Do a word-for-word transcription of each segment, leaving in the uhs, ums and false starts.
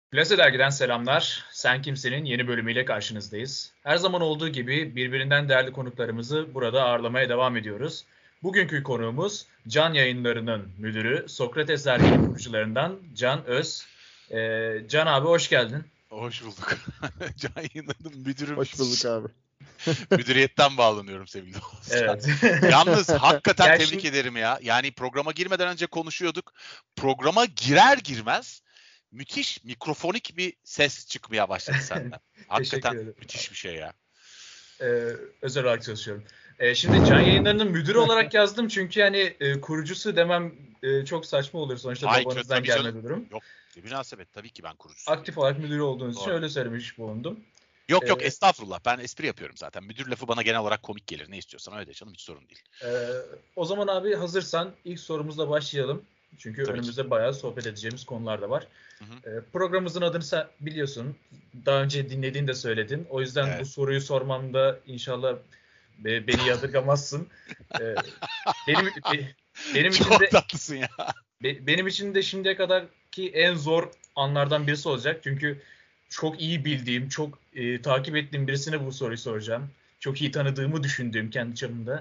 Plase Dergi'den selamlar. Sen Kimsin'in yeni bölümüyle karşınızdayız. Her zaman olduğu gibi birbirinden değerli konuklarımızı burada ağırlamaya devam ediyoruz. Bugünkü konuğumuz Can Yayınları'nın müdürü, Sokrates Dergi'nin kurucularından Can Öz. Ee, Can abi hoş geldin. Hoş bulduk. Can Yayınları'nın müdürü. Hoş bulduk abi. Müdüriyetten bağlanıyorum sevgili dostlar. Evet. Yalnız hakikaten Ya tebrik şimdi- ederim ya. Yani programa girmeden önce konuşuyorduk. Programa girer girmez müthiş mikrofonik bir ses çıkmaya başladı senden. Hakikaten ederim. müthiş bir şey ya. Ee, özel olarak çalışıyorum. Ee, şimdi Can Yayınları'nın müdürü olarak yazdım çünkü yani e, kurucusu demem e, çok saçma olur. Sonuçta Ay, babanızdan tabii gelme canım. bir durum. Yok, bir münasebet tabii ki ben kurucusuyum. Aktif olarak müdürü olduğunuz için Doğru. öyle söylemiş bulundum. Yok yok Ee, estağfurullah. Ben espri yapıyorum zaten. Müdür lafı bana genel olarak komik gelir. Ne istiyorsan öyle canım, hiç sorun değil. Ee, o zaman abi hazırsan ilk sorumuzla başlayalım. Çünkü Tabii önümüzde ki. bayağı sohbet edeceğimiz konular da var. Hı hı. Ee, programımızın adını sen biliyorsun. Daha önce dinlediğini de söyledin. O yüzden Evet. bu soruyu sormamda inşallah be- beni yadırgamazsın. Ee, benim be- benim için Çok de tatlısın ya. be- benim için de şimdiye kadarki en zor anlardan birisi olacak. Çünkü çok iyi bildiğim, çok e, takip ettiğim birisine bu soruyu soracağım. Çok iyi tanıdığımı düşündüğüm kendi çapımda.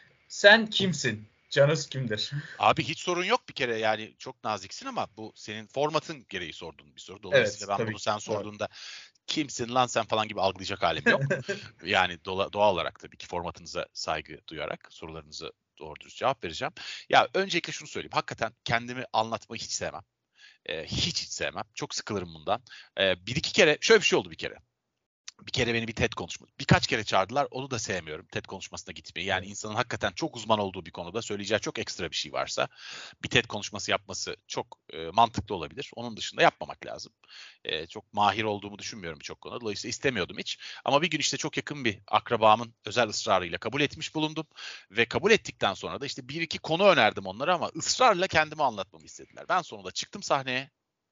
Sen kimsin? Canız kimdir? Abi hiç sorun yok bir kere, yani çok naziksin ama bu senin formatın gereği sorduğun bir soru. Dolayısıyla Evet, ben tabii bunu ki. sen sorduğunda kimsin lan sen falan gibi algılayacak halim yok. Yani dola- doğal olarak tabii ki formatınıza saygı duyarak sorularınızı doğru dürüst cevap vereceğim. Ya öncelikle şunu söyleyeyim. Hakikaten kendimi anlatmayı hiç sevmem. Ee, hiç hiç sevmem. Çok sıkılırım bundan. Ee, bir iki kere şöyle bir şey oldu bir kere. Bir kere beni bir TED konuşması, birkaç kere çağırdılar. Onu da sevmiyorum. TED konuşmasına gitmeyi. Yani Evet. insanın hakikaten çok uzman olduğu bir konuda söyleyeceği çok ekstra bir şey varsa bir TED konuşması yapması çok e, mantıklı olabilir. Onun dışında yapmamak lazım. E, çok mahir olduğumu düşünmüyorum birçok konuda. Dolayısıyla istemiyordum hiç. Ama bir gün işte çok yakın bir akrabamın özel ısrarıyla kabul etmiş bulundum. Ve kabul ettikten sonra da işte bir iki konu önerdim onlara ama ısrarla kendimi anlatmamı istediler. Ben sonunda çıktım sahneye.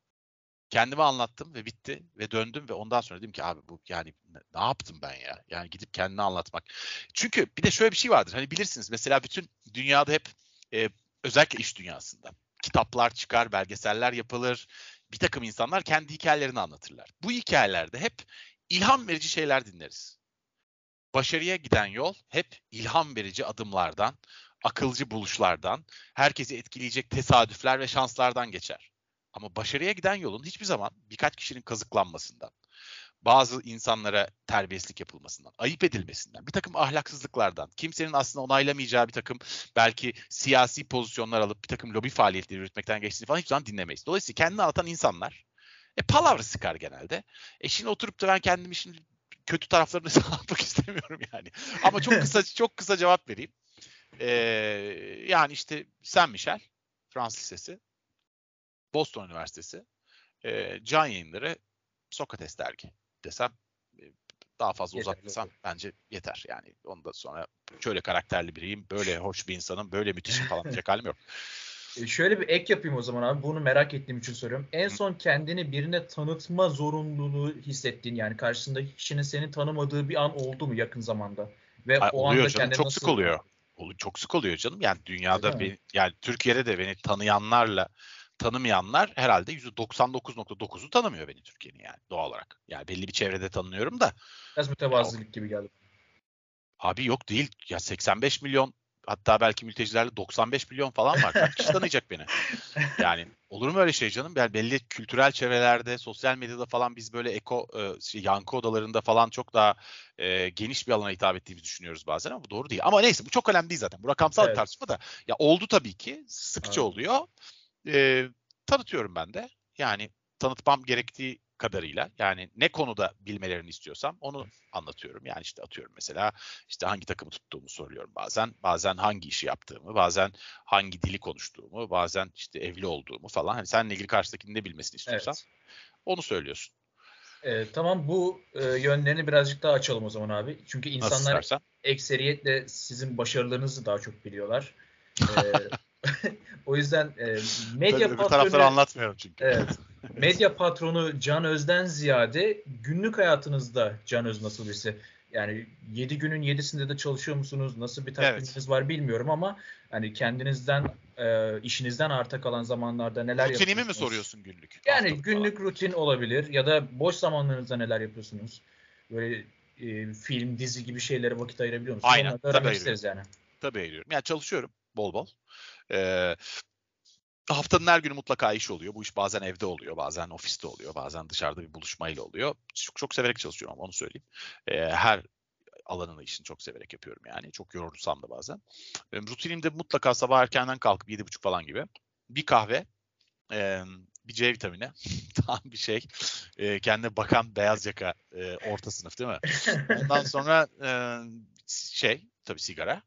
Kendime anlattım ve bitti ve döndüm ve ondan sonra dedim ki abi bu yani ne, ne yaptım ben ya? Yani gidip kendine anlatmak. Çünkü bir de şöyle bir şey vardır. Hani bilirsiniz mesela bütün dünyada hep e, özellikle iş dünyasında kitaplar çıkar, belgeseller yapılır. Bir takım insanlar kendi hikayelerini anlatırlar. Bu hikayelerde hep ilham verici şeyler dinleriz. Başarıya giden yol hep ilham verici adımlardan, akılcı buluşlardan, herkesi etkileyecek tesadüfler ve şanslardan geçer. Ama başarıya giden yolun hiçbir zaman birkaç kişinin kazıklanmasından, bazı insanlara terbiyesizlik yapılmasından, ayıp edilmesinden, bir takım ahlaksızlıklardan, kimsenin aslında onaylamayacağı bir takım belki siyasi pozisyonlar alıp bir takım lobi faaliyetleri yürütmekten geçtiğini falan hiçbir zaman dinlemeyiz. Dolayısıyla kendini anlatan insanlar e, palavra sıkar genelde. E şimdi oturup da ben kendimi şimdi kötü taraflarını anlatmak istemiyorum yani. Ama çok kısa çok kısa cevap vereyim. Ee, yani işte Saint Michel, Fransız Lisesi, Boston Üniversitesi, e, Can Yayınları, Sokrates Dergi desem e, daha fazla Yeterli uzatmasam olur. bence yeter. Yani ondan sonra şöyle karakterli biriyim, böyle hoş bir insanım, böyle müthişim falan diyecek halim yok. E, şöyle bir ek yapayım o zaman abi. Bunu merak ettiğim için soruyorum. En son kendini birine tanıtma zorunluluğu hissettiğin, yani karşısındaki kişinin seni tanımadığı bir an oldu mu yakın zamanda? Ve Ay, o oluyor anda canım, kendini çok sık nasıl... oluyor. Olu- Çok sık oluyor canım. Yani Öyle dünyada mi? beni, yani Türkiye'de de beni tanıyanlarla tanımayanlar herhalde yüzde doksan dokuz nokta dokuzu tanımıyor beni Türkiye'nin, yani doğal olarak. Yani belli bir çevrede tanınıyorum da Biraz ya, o- mütevazılık gibi geldi. abi yok değil. Ya seksen beş milyon, hatta belki mültecilerle doksan beş milyon falan var. Kaç kişi tanıyacak beni? Yani olur mu öyle şey canım? Yani belli kültürel çevrelerde, sosyal medyada falan biz böyle eko, e, şey, yankı odalarında falan çok daha e, geniş bir alana hitap ettiğimizi düşünüyoruz bazen ama bu doğru değil. Ama neyse, bu çok önemli değil zaten. Bu rakamsal bir Evet, tartışma da. Ya oldu tabii ki. Sıkça anladım. oluyor. E, tanıtıyorum ben de. Yani tanıtmam gerektiği kadarıyla, yani ne konuda bilmelerini istiyorsam onu anlatıyorum. Yani işte atıyorum mesela işte hangi takımı tuttuğumu soruyorum bazen. Bazen hangi işi yaptığımı, bazen hangi dili konuştuğumu, bazen işte evli olduğumu falan. Hani seninle ilgili karşıdakinin ne bilmesini istiyorsan Evet. onu söylüyorsun. E, tamam, bu e, yönlerini birazcık daha açalım o zaman abi. Çünkü Nasıl insanlar istersen. ekseriyetle sizin başarılarınızı daha çok biliyorlar. E, o yüzden e, Tabii medya öbür tarafları patronu anlatmıyorum çünkü. evet, medya patronu Can Öz'den ziyade günlük hayatınızda Can Öz nasıl birisi? Yani yedi günün yedisinde de çalışıyor musunuz? Nasıl bir takviminiz Evet. var bilmiyorum ama hani kendinizden, e, işinizden arta kalan zamanlarda neler Rutinimi mi yapıyorsunuz? soruyorsun günlük, Yani haftalık falan? günlük rutin olabilir ya da boş zamanlarınızda neler yapıyorsunuz? Böyle e, film, dizi gibi şeylere vakit ayırabiliyor musunuz? Aynen. Onları da Tabii öğrenmek ayırıyorum. isteriz yani. Tabii ayırıyorum. Yani çalışıyorum bol bol. Ee, haftanın her günü mutlaka iş oluyor. Bu iş bazen evde oluyor, bazen ofiste oluyor, bazen dışarıda bir buluşmayla oluyor. Çok, çok severek çalışıyorum ama onu söyleyeyim. Ee, her alanını işini çok severek yapıyorum yani. Çok yorulursam da bazen. Benim rutinimde mutlaka sabah erkenden kalkıp yedi buçuk falan gibi bir kahve, e, bir C vitamini, tam bir şey, e, kendine bakan beyaz yaka, e, orta sınıf değil mi? Ondan sonra e, şey, tabii sigara,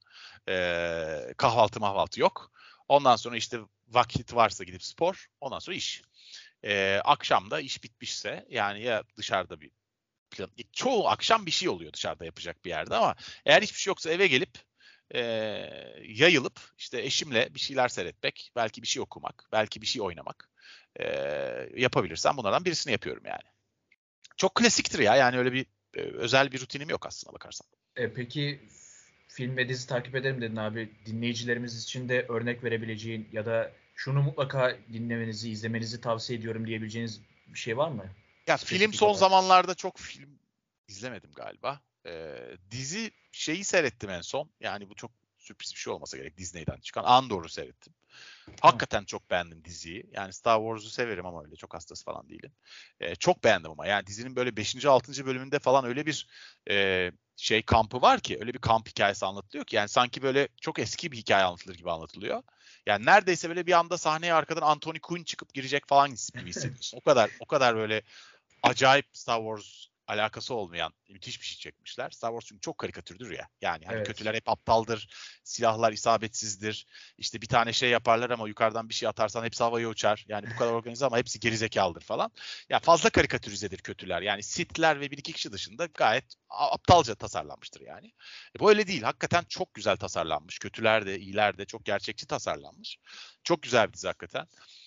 e, kahvaltı mahvaltı yok. Ondan sonra işte vakit varsa gidip spor, ondan sonra iş. E, akşam da iş bitmişse yani ya dışarıda bir plan, çoğu akşam bir şey oluyor dışarıda yapacak bir yerde ama eğer hiçbir şey yoksa eve gelip e, yayılıp işte eşimle bir şeyler seyretmek, belki bir şey okumak, belki bir şey oynamak e, yapabilirsem bunlardan birisini yapıyorum yani. Çok klasiktir ya, yani öyle bir e, özel bir rutinim yok aslına bakarsan. E, peki film ve dizi takip ederim dedin abi. Dinleyicilerimiz için de örnek verebileceğin ya da şunu mutlaka dinlemenizi, izlemenizi tavsiye ediyorum diyebileceğiniz bir şey var mı? Ya film Spesifik son olarak. zamanlarda çok film izlemedim galiba. Ee, dizi şeyi seyrettim en son. Yani bu çok sürpriz bir şey olmasa gerek, Disney'den çıkan Andor'u seyrettim. Ha, Hakikaten çok beğendim diziyi. Yani Star Wars'u severim ama öyle çok hastası falan değilim. Ee, çok beğendim ama. Yani dizinin böyle beşinci altıncı bölümünde falan öyle bir e, şey kampı var ki. Öyle bir kamp hikayesi anlatılıyor ki. Yani sanki böyle çok eski bir hikaye anlatılır gibi anlatılıyor. Yani neredeyse böyle bir anda sahneye arkadan Anthony Quinn çıkıp girecek falan gibi hissediyorsun. O kadar o kadar böyle acayip Star Wars alakası olmayan müthiş bir şey çekmişler. Star Wars çünkü çok karikatürdür ya. Yani hani evet. kötüler hep aptaldır, silahlar isabetsizdir. İşte bir tane şey yaparlar ama yukarıdan bir şey atarsan hepsi havaya uçar. Yani bu kadar organize ama hepsi gerizekalıdır falan. Ya fazla karikatürizedir kötüler. Yani Sith'ler ve bir iki kişi dışında gayet aptalca tasarlanmıştır yani. E bu öyle değil. Hakikaten çok güzel tasarlanmış. Kötüler de, iyiler de çok gerçekçi tasarlanmış. Çok güzel bir dizi hakikaten.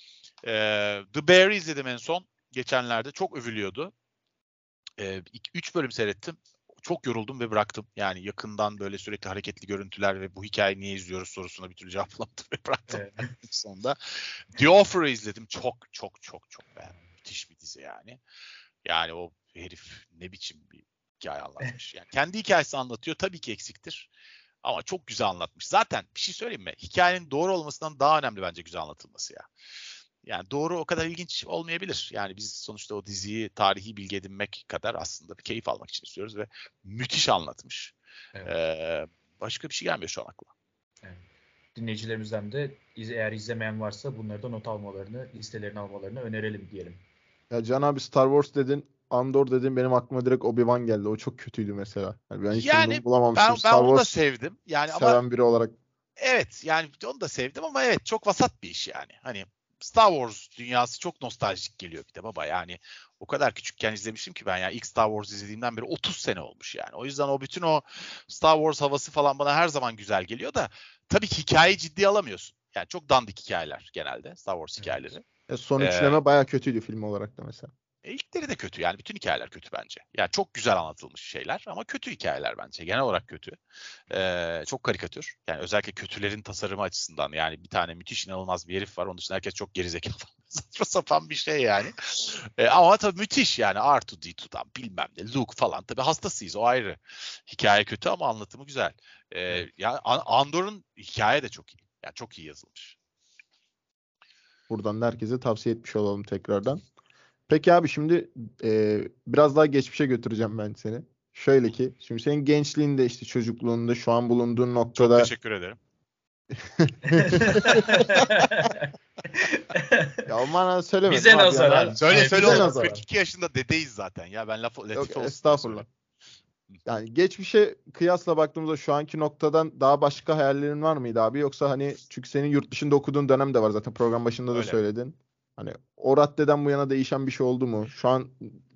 Ee, The Bear'ı izledim en son geçenlerde. Çok övülüyordu. Ee, üç bölüm seyrettim. Çok yoruldum ve bıraktım. Yani yakından böyle sürekli hareketli görüntüler ve bu hikayeyi niye izliyoruz sorusuna bir türlü cevaplamadım ve bıraktım Evet. sonunda. The Offer'ı izledim. Çok çok çok çok beğendim. Müthiş bir dizi yani. Yani o herif ne biçim bir hikaye anlatmış. Yani kendi hikayesini anlatıyor. Tabii ki eksiktir. Ama çok güzel anlatmış. Zaten bir şey söyleyeyim mi? Hikayenin doğru olmasından daha önemli bence güzel anlatılması ya. Yani doğru o kadar ilginç olmayabilir. Yani biz sonuçta o diziyi tarihi bilgi edinmek kadar aslında bir keyif almak için istiyoruz ve müthiş anlatmış. Evet. Ee, başka bir şey gelmiyor şu an aklıma. Evet. Dinleyicilerimizden de iz- eğer izlemeyen varsa bunları da not almalarını, listelerini almalarını önerelim diyelim. Ya Can abi Star Wars dedin, Andor dedin, benim aklıma direkt Obi-Wan geldi. O çok kötüydü mesela. Yani ben hiç Yani umduğumu bulamamıştım. ben ben Star onu da Wars sevdim. Yani ama seven biri olarak. evet, yani onu da sevdim ama evet çok vasat bir iş yani. Hani Star Wars dünyası çok nostaljik geliyor bir de baba. Yani o kadar küçükken izlemişim ki ben, yani ilk Star Wars izlediğimden beri otuz sene olmuş yani. O yüzden o bütün o Star Wars havası falan bana her zaman güzel geliyor da tabii ki hikayeyi ciddiye alamıyorsun. Yani çok dandik hikayeler genelde Star Wars Evet. hikayeleri. E, son Ee, üçleme baya kötüydü film olarak da mesela. e, İlkleri de kötü, yani bütün hikayeler kötü bence. Yani çok güzel anlatılmış şeyler ama kötü hikayeler bence. Genel olarak kötü. Ee, çok karikatür. Yani özellikle kötülerin tasarımı açısından, yani bir tane müthiş inanılmaz bir herif var. Onun dışında herkes çok gerizekalı. Saçma sapan bir şey yani. Ee, ama tabii müthiş yani. R iki D iki'dan bilmem ne, Luke falan. Tabii hastasıyız, o ayrı. Hikaye kötü ama anlatımı güzel. Ee, Evet. ya Andor'un hikaye de çok iyi. Yani çok iyi yazılmış. Buradan da herkese tavsiye etmiş olalım tekrardan. Peki abi şimdi e, biraz daha geçmişe götüreceğim ben seni. Şöyle ki şimdi senin gençliğinde işte çocukluğunda şu an bulunduğun Çok noktada teşekkür ederim. ya bana söylemedim Bize abi yani nazaran. hani, Söyle ha, söyle bize Bize oğlum. nazaran. nazaran. kırk iki yaşında dedeyiz zaten ya. Ben laf, Yok latife olsun diye estağfurullah. söylüyorum. Yani geçmişe kıyasla baktığımızda şu anki noktadan daha başka hayallerin var mıydı abi? Yoksa hani çünkü senin yurt dışında okuduğun dönem de var zaten program başında da Öyle. söyledin. Hani o raddeden bu yana değişen bir şey oldu mu? Şu an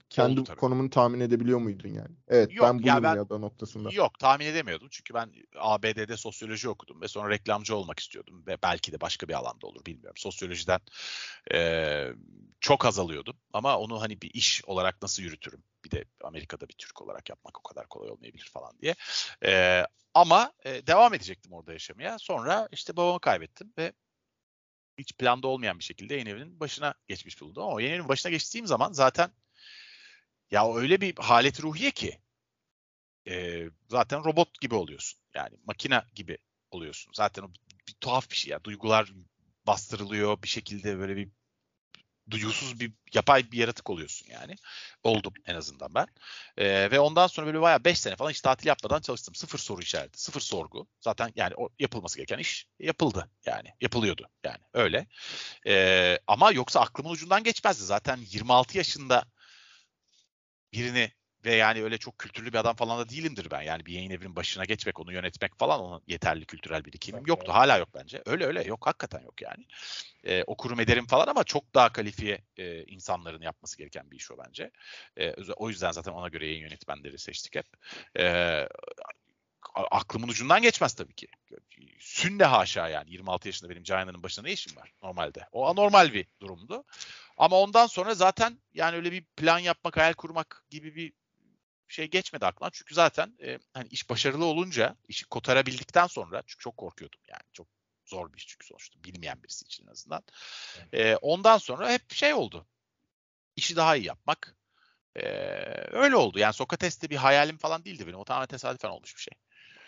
kendi Oldu tabii. konumunu tahmin edebiliyor muydun yani? Evet, Yok, ben ya buyum ben ya da noktasında. yok tahmin edemiyordum. Çünkü ben A B D'de sosyoloji okudum ve sonra reklamcı olmak istiyordum. Ve belki de başka bir alanda olur bilmiyorum. Sosyolojiden e, çok az alıyordum. Ama onu hani bir iş olarak nasıl yürütürüm? Bir de Amerika'da bir Türk olarak yapmak o kadar kolay olmayabilir falan diye. E, ama e, devam edecektim orada yaşamaya. Sonra işte babamı kaybettim ve hiç planda olmayan bir şekilde yayın evinin başına geçmiş bulundum. Ama yayın evinin başına geçtiğim zaman zaten ya öyle bir halet ruhiye ki e, zaten robot gibi oluyorsun. Yani makine gibi oluyorsun. Zaten o bir, bir tuhaf bir şey ya. Duygular bastırılıyor bir şekilde, böyle bir duyusuz bir yapay bir yaratık oluyorsun yani. Oldum en azından ben. E, ve ondan sonra böyle bayağı beş sene falan hiç tatil yapmadan çalıştım. Sıfır soru işareti, sıfır sorgu. Zaten yani o yapılması gereken iş yapıldı yani. Yapılıyordu yani öyle. E, ama yoksa aklımın ucundan geçmezdi. Zaten yirmi altı yaşında birini ve yani öyle çok kültürlü bir adam falan da değilimdir ben. Yani bir yayın evinin başına geçmek, onu yönetmek falan, onun yeterli kültürel birikimim Yok, yoktu. evet. Hala yok bence. Öyle öyle yok, hakikaten yok yani. Ee, okurum ederim falan ama çok daha kalifiye e, insanların yapması gereken bir iş o bence. Ee, o yüzden zaten ona göre yayın yönetmenleri seçtik hep. Ee, aklımın ucundan geçmez tabii ki. Sünne haşa yani. yirmi altı yaşında benim Cayan'ın başına ne işim var normalde? O anormal bir durumdu. Ama ondan sonra zaten yani öyle bir plan yapmak, hayal kurmak gibi bir şey geçmedi aklımdan. Çünkü zaten e, hani iş başarılı olunca, işi kotarabildikten sonra, çünkü çok korkuyordum yani. Çok zor bir iş çünkü sonuçta. Bilmeyen birisi için en azından. E, ondan sonra hep şey oldu. İşi daha iyi yapmak. E, öyle oldu. Yani Sokrates'te bir hayalim falan değildi benim. O tamamen tesadüfen olmuş bir şey.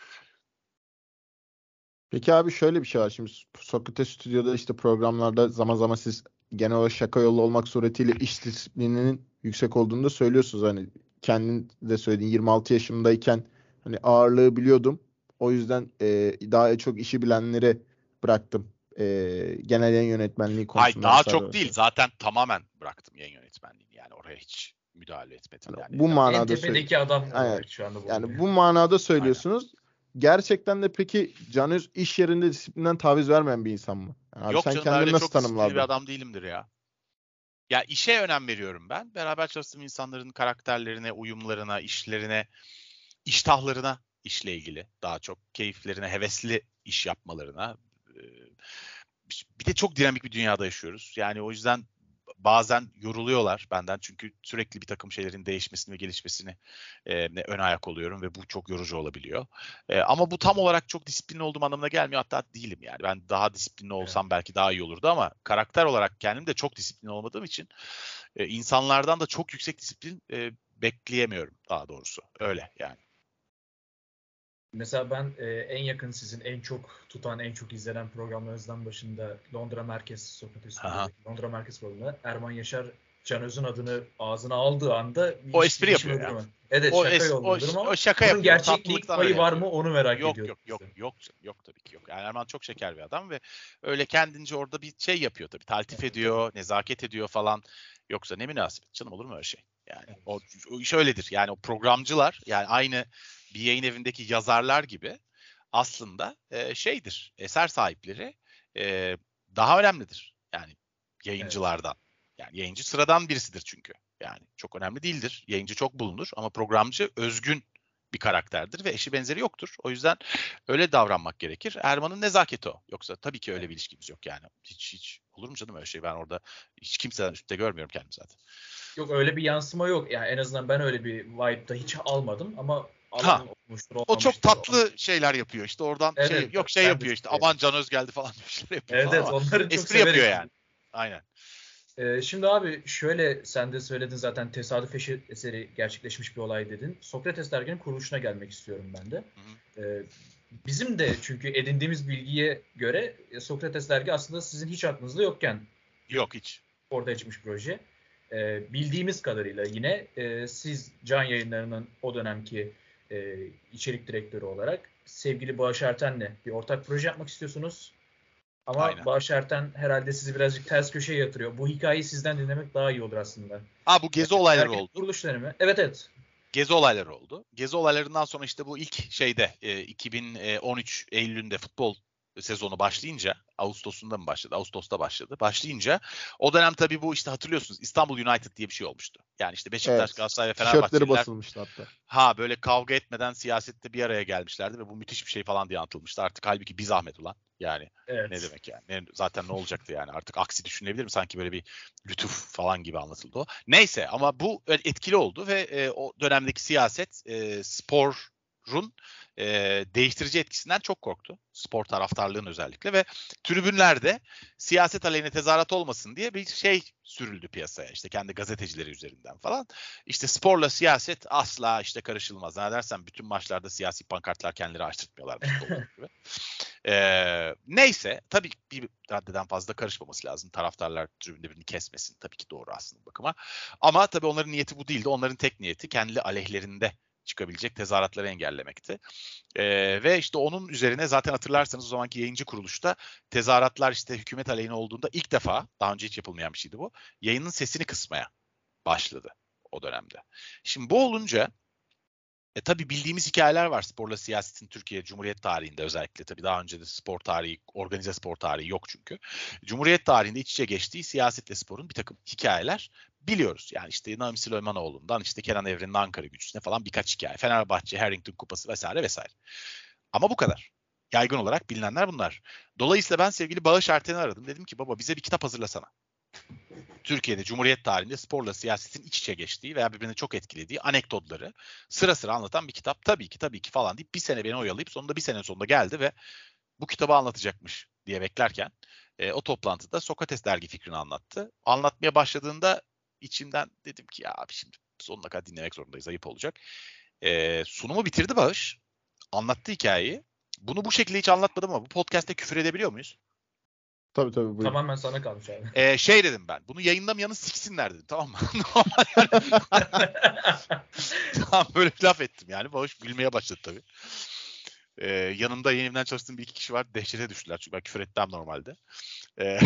Peki abi, şöyle bir şey var. Şimdi Sokrates Stüdyo'da işte programlarda zaman zaman siz genel olarak şaka yollu olmak suretiyle iş disiplininin yüksek olduğunu da söylüyorsunuz. Hani kendin de söylediğin yirmi altı yaşımdayken hani ağırlığı biliyordum. O yüzden e, daha çok işi bilenleri bıraktım. E, genel yayın yönetmenliği Hayır, konusunda daha vesaire çok değil. vesaire. Zaten tamamen bıraktım yayın yönetmenliğini. Yani oraya hiç müdahale etmedim. Yani Yani bu En manada söyle. tepedeki adam Aynen. olarak şu anda Yani bulunuyor. bu manada aynen. söylüyorsunuz. Gerçekten de peki Can Öz iş yerinde disiplinden taviz vermeyen bir insan mı? Yani abi Yok sen canım, ben kendini öyle nasıl çok disiplinli bir tanımlardın? adam değilimdir ya. Ya işe önem veriyorum ben. Beraber çalıştığım insanların karakterlerine, uyumlarına, işlerine, iştahlarına, işle ilgili daha çok keyiflerine, hevesli iş yapmalarına. Ee, Bir de çok dinamik bir dünyada yaşıyoruz. Yani o yüzden bazen yoruluyorlar benden. Çünkü sürekli bir takım şeylerin değişmesini ve gelişmesini e, ön ayak oluyorum ve bu çok yorucu olabiliyor. E, ama bu tam olarak çok disiplinli olduğum anlamına gelmiyor. Hatta değilim yani. Ben daha disiplinli Evet. olsam belki daha iyi olurdu ama karakter olarak kendim de çok disiplinli olmadığım için e, insanlardan da çok yüksek disiplin e, bekleyemiyorum daha doğrusu. Öyle yani. Mesela ben e, en yakın sizin en çok tutan, en çok izlenen programlarınızdan başında Londra Merkez Sokrates Aha. Stüdyo'daki Londra Merkez programında Erman Yaşar Can Öz'ün adını ağzına aldığı anda bir O iş espri bilişim yapıyor müdürü ya. mü? Evet, O, şaka es, o, yolluyorum o ama şaka bunun yapıyor. O gerçeklik tatlılıktan öyle payı var yapıyor. mı onu merak Yok ediyorum yok yok size. yok yok tabii ki yok. Yani Erman çok şeker bir adam ve öyle kendince orada bir şey yapıyor tabii. Taltif ediyor, nezaket ediyor falan. Yoksa ne münasebet canım, olur mu öyle şey? Yani o, Evet. o iş öyledir. Yani o programcılar, yani aynı bir yayın evindeki yazarlar gibi aslında e, şeydir. Eser sahipleri e, daha önemlidir. Yani Evet. yayıncılardan. Yani yayıncı sıradan birisidir çünkü. Yani çok önemli değildir. Yayıncı çok bulunur ama programcı özgün bir karakterdir ve eşi benzeri yoktur. O yüzden öyle davranmak gerekir. Erman'ın nezaketi o. Yoksa tabii ki öyle Evet. bir ilişkimiz yok yani. Hiç hiç olur mu canım öyle şey? Ben orada hiç kimseden üstte görmüyorum kendimi zaten. Yok, öyle bir yansıma yok. Yani en azından ben öyle bir vibe'da hiç almadım ama Ha, alan olmuştur, o çok olmamıştır. Onu... tatlı şeyler yapıyor. İşte oradan şey Evet, yok, şey ben de yapıyor çok işte, severim. aman Can Öz geldi falan bir şeyler yapıyor Evet, falan evet, ama onları çok espri yapıyor severek yani. Aynen. Ee, şimdi abi şöyle, sen de söyledin zaten, tesadüf eşi- eseri gerçekleşmiş bir olay dedin. Sokrates derginin kuruluşuna gelmek istiyorum ben de. Hı hı. Ee, bizim de çünkü edindiğimiz bilgiye göre e, Sokrates dergi aslında sizin hiç aklınızda yokken Yok hiç. ortaya çıkmış proje. Ee, bildiğimiz kadarıyla yine e, siz Can Yayınları'nın o dönemki e, içerik direktörü olarak sevgili Bağış Erten'le bir ortak proje yapmak istiyorsunuz. Ama Aynen. Bağış Erten herhalde sizi birazcık ters köşeye yatırıyor. Bu hikayeyi sizden dinlemek daha iyi olur aslında. Ha, bu gezi Yani olayları derginin oldu. kuruluş dönemi. Evet, evet. Gezi olayları oldu. Gezi olaylarından sonra işte bu ilk şeyde e, iki bin on üç Eylül'ünde futbol sezonu başlayınca, Ağustos'unda mı başladı? Ağustos'ta başladı. Başlayınca o dönem tabii bu işte hatırlıyorsunuz İstanbul United diye bir şey olmuştu. Yani işte Beşiktaş, Evet. Galatasaray ve Tişörtleri Fenerbahçeliler basılmıştı hatta. ha böyle kavga etmeden siyasette bir araya gelmişlerdi ve bu müthiş bir şey falan diye anlatılmıştı. Artık halbuki bir zahmet ulan. Yani Evet. ne demek yani? Ne, zaten ne olacaktı yani? Artık aksi düşünülebilir mi? Sanki böyle bir lütuf falan gibi anlatıldı o. Neyse ama bu etkili oldu ve e, o dönemdeki siyaset e, sporun e, değiştirici etkisinden çok korktu. Spor taraftarlığın özellikle ve tribünlerde siyaset aleyhine tezahürat olmasın diye bir şey sürüldü piyasaya. İşte kendi gazetecileri üzerinden falan. İşte sporla siyaset asla işte karışılmaz. Ne dersen bütün maçlarda siyasi pankartlar kendileri açtırtmıyorlar futbol gibi. Ee, neyse tabii bir raddeden fazla karışmaması lazım. Taraftarlar tribünde birbirini kesmesin. Tabii ki doğru aslında bakıma. Ama tabii onların niyeti bu değildi. Onların tek niyeti kendi aleyhlerinde çıkabilecek tezahüratları engellemekti. Ee, ve işte onun üzerine zaten hatırlarsanız o zamanki yayıncı kuruluşta tezahüratlar işte hükümet aleyhine olduğunda ilk defa, daha önce hiç yapılmayan bir şeydi bu, yayının sesini kısmaya başladı o dönemde. Şimdi bu olunca e tabii bildiğimiz hikayeler var sporla siyasetin Türkiye Cumhuriyet tarihinde özellikle. Tabii daha önce de spor tarihi, organize spor tarihi yok çünkü. Cumhuriyet tarihinde iç içe geçtiği siyasetle sporun bir takım hikayeler biliyoruz. Yani işte Naim Süleymanoğlu'ndan işte Kenan Evren'in Ankara Gücü'ne falan birkaç hikaye. Fenerbahçe, Harrington Kupası vesaire vesaire. Ama bu kadar. Yaygın olarak bilinenler bunlar. Dolayısıyla ben sevgili Bağış Erten'i aradım. Dedim ki baba bize bir kitap hazırlasana. Türkiye'de Cumhuriyet tarihinde sporla siyasetin iç içe geçtiği veya birbirini çok etkilediği anekdotları sıra sıra anlatan bir kitap. Tabii ki tabii ki falan deyip bir sene beni oyalayıp sonunda bir sene sonunda geldi ve bu kitabı anlatacakmış diye beklerken e, o toplantıda Sokrates dergi fikrini anlattı. Anlatmaya başladığında içimden dedim ki ya abi şimdi sonuna kadar dinlemek zorundayız, ayıp olacak. E, sunumu bitirdi Bağış. Anlattı hikayeyi. Bunu bu şekilde hiç anlatmadım ama bu podcast'te küfür edebiliyor muyuz? Tabii tabii buyurun. Tamamen sana kalmış abi. Ee, şey dedim ben. Bunu yayınlamayanı siksinler dedim. Tamam mı? Normal yani. Tamam böyle bir laf ettim yani. Bağış gülmeye başladı tabii. Ee, yanımda yenimden çalıştığım bir iki kişi var. Dehşete düştüler. Çünkü ben küfür etmem normalde. Ee,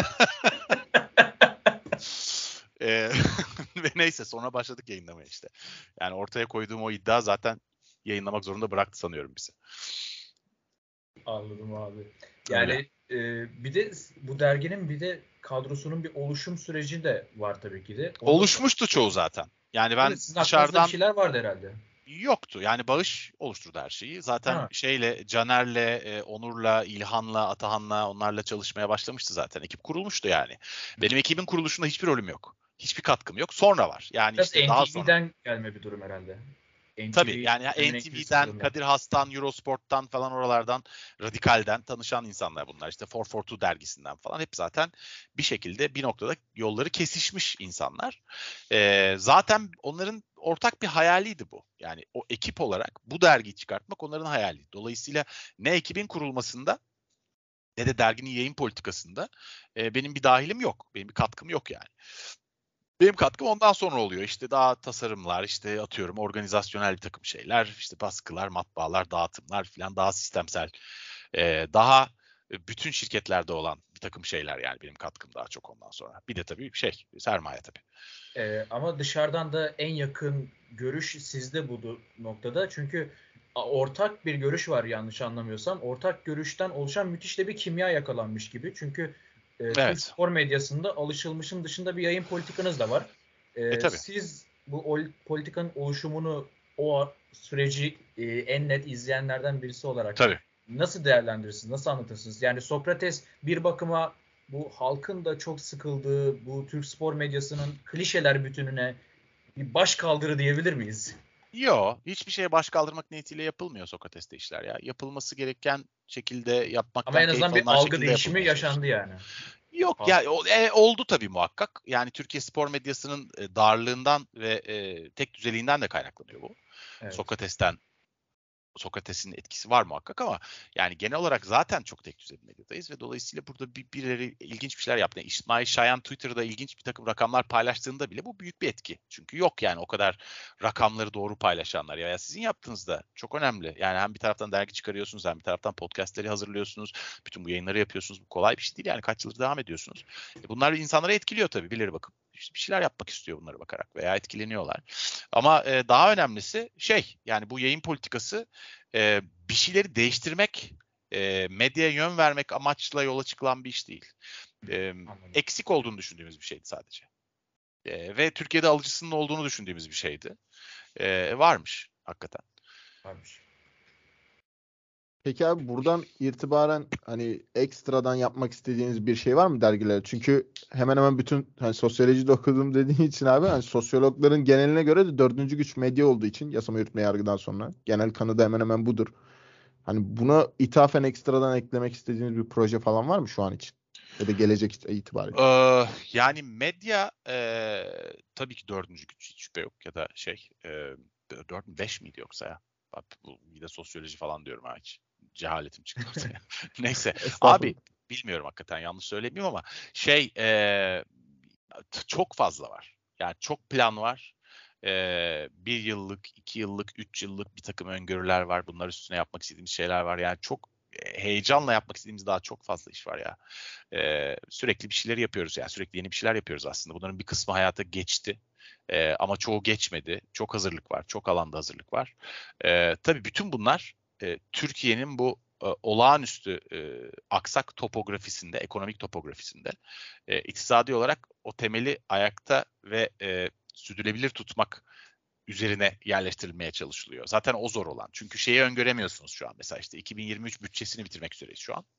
ee, ve neyse sonra başladık yayınlamaya işte. Yani ortaya koyduğum o iddia zaten yayınlamak zorunda bıraktı sanıyorum bizi. Anladım abi. Yani e, bir de bu derginin bir de kadrosunun bir oluşum süreci de var tabii ki de. Onu Oluşmuştu çoğu zaten. Yani ben sizin aklınızda dışarıdan bir şeyler vardı herhalde. yoktu. Yani Bağış oluşturdu her şeyi. Zaten Ha. şeyle, Caner'le, e, Onur'la, İlhan'la, Atahan'la onlarla çalışmaya başlamıştı zaten. Ekip kurulmuştu yani. Benim ekibin kuruluşunda hiçbir rolüm yok. Hiçbir katkım yok. Sonra var. Yani Biraz işte daha sonra. N T V'den gelme bir durum herhalde. Tabii N T V yani ya dönemin en N T kötü V'den, sıfırında. Kadir Has'tan, Eurosport'tan falan oralardan, Radikal'den tanışan insanlar bunlar. İşte dört yüz kırk iki dergisinden falan hep zaten bir şekilde bir noktada yolları kesişmiş insanlar. Ee, zaten onların ortak bir hayaliydi bu. Yani o ekip olarak bu dergiyi çıkartmak onların hayali. Dolayısıyla ne ekibin kurulmasında ne de derginin yayın politikasında e, benim bir dahilim yok. Benim bir katkım yok yani. Benim katkım ondan sonra oluyor. İşte daha tasarımlar, işte atıyorum organizasyonel bir takım şeyler, işte baskılar, matbaalar, dağıtımlar falan daha sistemsel, e, daha bütün şirketlerde olan bir takım şeyler yani benim katkım daha çok ondan sonra. Bir de tabii şey, sermaye tabii. Ee, ama dışarıdan da en yakın görüş sizde bu noktada. Çünkü ortak bir görüş var yanlış anlamıyorsam. Ortak görüşten oluşan müthiş de bir kimya yakalanmış gibi. Çünkü e, Türk Evet. spor medyasında alışılmışın dışında bir yayın politikanız da var. E, E tabii. siz bu politikanın oluşumunu, o süreci e, en net izleyenlerden birisi olarak Tabii. nasıl değerlendirirsiniz, nasıl anlatırsınız? Yani Sokrates bir bakıma bu halkın da çok sıkıldığı bu Türk spor medyasının klişeler bütününe bir baş kaldırı diyebilir miyiz? Yo, hiçbir şeye baş kaldırmak niyetiyle yapılmıyor Sokrates'te işler ya. Yapılması gereken şekilde Ama yapmaktan en azından keyif bir alınan algı şekilde değişimi yapılmaya çalışır. yaşandı yani. Yok Halk. ya o- e, oldu tabii muhakkak. Yani Türkiye spor medyasının e, darlığından ve e, tek düzeliğinden de kaynaklanıyor bu. Evet. Sokrates'ten Sokrates'in etkisi var muhakkak ama yani genel olarak zaten çok tek düzey bir medyadayız ve dolayısıyla burada bir, birileri ilginç bir şeyler yaptı. Yani İsmail Şayan Twitter'da ilginç bir takım rakamlar paylaştığında bile bu büyük bir etki. Çünkü yok yani o kadar rakamları doğru paylaşanlar. Ya, ya sizin yaptığınızda çok önemli. Yani hem bir taraftan dergi çıkarıyorsunuz hem bir taraftan podcastleri hazırlıyorsunuz. Bütün bu yayınları yapıyorsunuz. Bu kolay bir şey değil yani kaç yıldır devam ediyorsunuz. E bunlar insanları etkiliyor tabii birileri bakıp. İşte bir şeyler yapmak istiyor bunlara bakarak veya etkileniyorlar. Ama e, daha önemlisi şey yani bu yayın politikası e, bir şeyleri değiştirmek e, medyaya yön vermek amaçla yola çıkılan bir iş değil. E, eksik olduğunu düşündüğümüz bir şeydi sadece. E, ve Türkiye'de alıcısının olduğunu düşündüğümüz bir şeydi. E, varmış hakikaten. Varmış. Peki abi buradan itibaren hani ekstradan yapmak istediğiniz bir şey var mı dergilere? Çünkü hemen hemen bütün hani sosyolojide okudum dediğin için abi hani sosyologların geneline göre de dördüncü güç medya olduğu için yasama yürütme yargıdan sonra genel kanı da hemen hemen budur. Hani buna ithafen ekstradan eklemek istediğiniz bir proje falan var mı şu an için? Ya da gelecek itibariyle. Ee, yani medya e, tabii ki dördüncü güç hiç şüphe yok ya da şey e, dört mü beş miydi yoksa ya? Bak, bu bir de sosyoloji falan diyorum ha hiç. Cehaletim çıktı ortaya. Neyse abi bilmiyorum hakikaten yanlış söylemiyorum ama şey e, t- çok fazla var. Yani çok plan var. E, bir yıllık, iki yıllık, üç yıllık bir takım öngörüler var. Bunlar üstüne yapmak istediğimiz şeyler var. Yani çok e, heyecanla yapmak istediğimiz daha çok fazla iş var ya. Ee, sürekli bir şeyler yapıyoruz yani sürekli yeni bir şeyler yapıyoruz aslında. Bunların bir kısmı hayata geçti ee, ama çoğu geçmedi. Çok hazırlık var, çok alanda hazırlık var. Ee, tabii bütün bunlar e, Türkiye'nin bu e, olağanüstü e, aksak topografisinde, ekonomik topografisinde e, iktisadi olarak o temeli ayakta ve e, sürdürülebilir tutmak üzerine yerleştirilmeye çalışılıyor. Zaten o zor olan. Çünkü şeyi öngöremiyorsunuz şu an. Mesela işte iki bin yirmi üç bütçesini bitirmek üzereyiz şu an.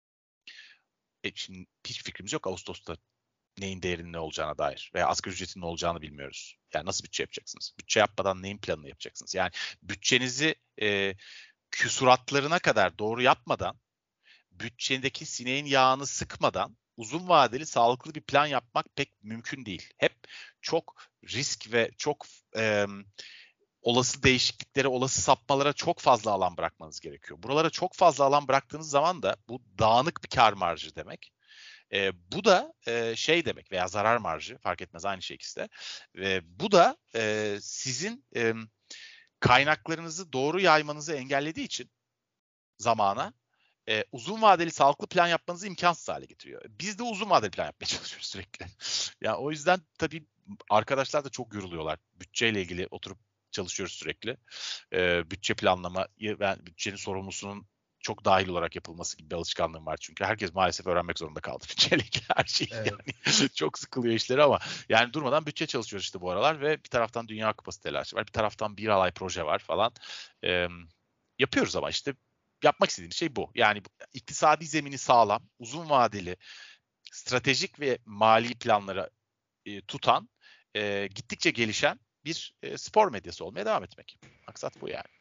E şimdi hiç fikrimiz yok Ağustos'ta neyin değerinin ne olacağına dair veya asgari ücretin ne olacağını bilmiyoruz. Yani nasıl bütçe yapacaksınız? Bütçe yapmadan neyin planını yapacaksınız? Yani bütçenizi e, küsuratlarına kadar doğru yapmadan, bütçedeki sineğin yağını sıkmadan uzun vadeli sağlıklı bir plan yapmak pek mümkün değil. Hep çok risk ve çok e, olası değişikliklere, olası sapmalara çok fazla alan bırakmanız gerekiyor. Buralara çok fazla alan bıraktığınız zaman da bu dağınık bir kar marjı demek. E, bu da e, şey demek veya zarar marjı fark etmez aynı şey ikisi de. Ve bu da e, sizin e, kaynaklarınızı doğru yaymanızı engellediği için zamana e, uzun vadeli sağlıklı plan yapmanızı imkansız hale getiriyor. Biz de uzun vadeli plan yapmaya çalışıyoruz sürekli. Ya o yüzden tabii arkadaşlar da çok yoruluyorlar. Bütçeyle ilgili oturup çalışıyoruz sürekli. E, bütçe planlamayı ben bütçenin sorumlusunun çok dahil olarak yapılması gibi bir alışkanlığım var çünkü. Herkes maalesef öğrenmek zorunda kaldı bütçeyle ilgili her şeyi. Evet. Yani çok sıkılıyor işleri ama yani durmadan bütçe çalışıyoruz işte bu aralar ve bir taraftan Dünya Kupası telaşı var. Bir taraftan bir alay proje var falan. E, yapıyoruz ama işte yapmak istediğimiz şey bu. Yani iktisadi zemini sağlam, uzun vadeli, stratejik ve mali planları e, tutan, e, gittikçe gelişen bir e, spor medyası olmaya devam etmek. Maksat bu yani.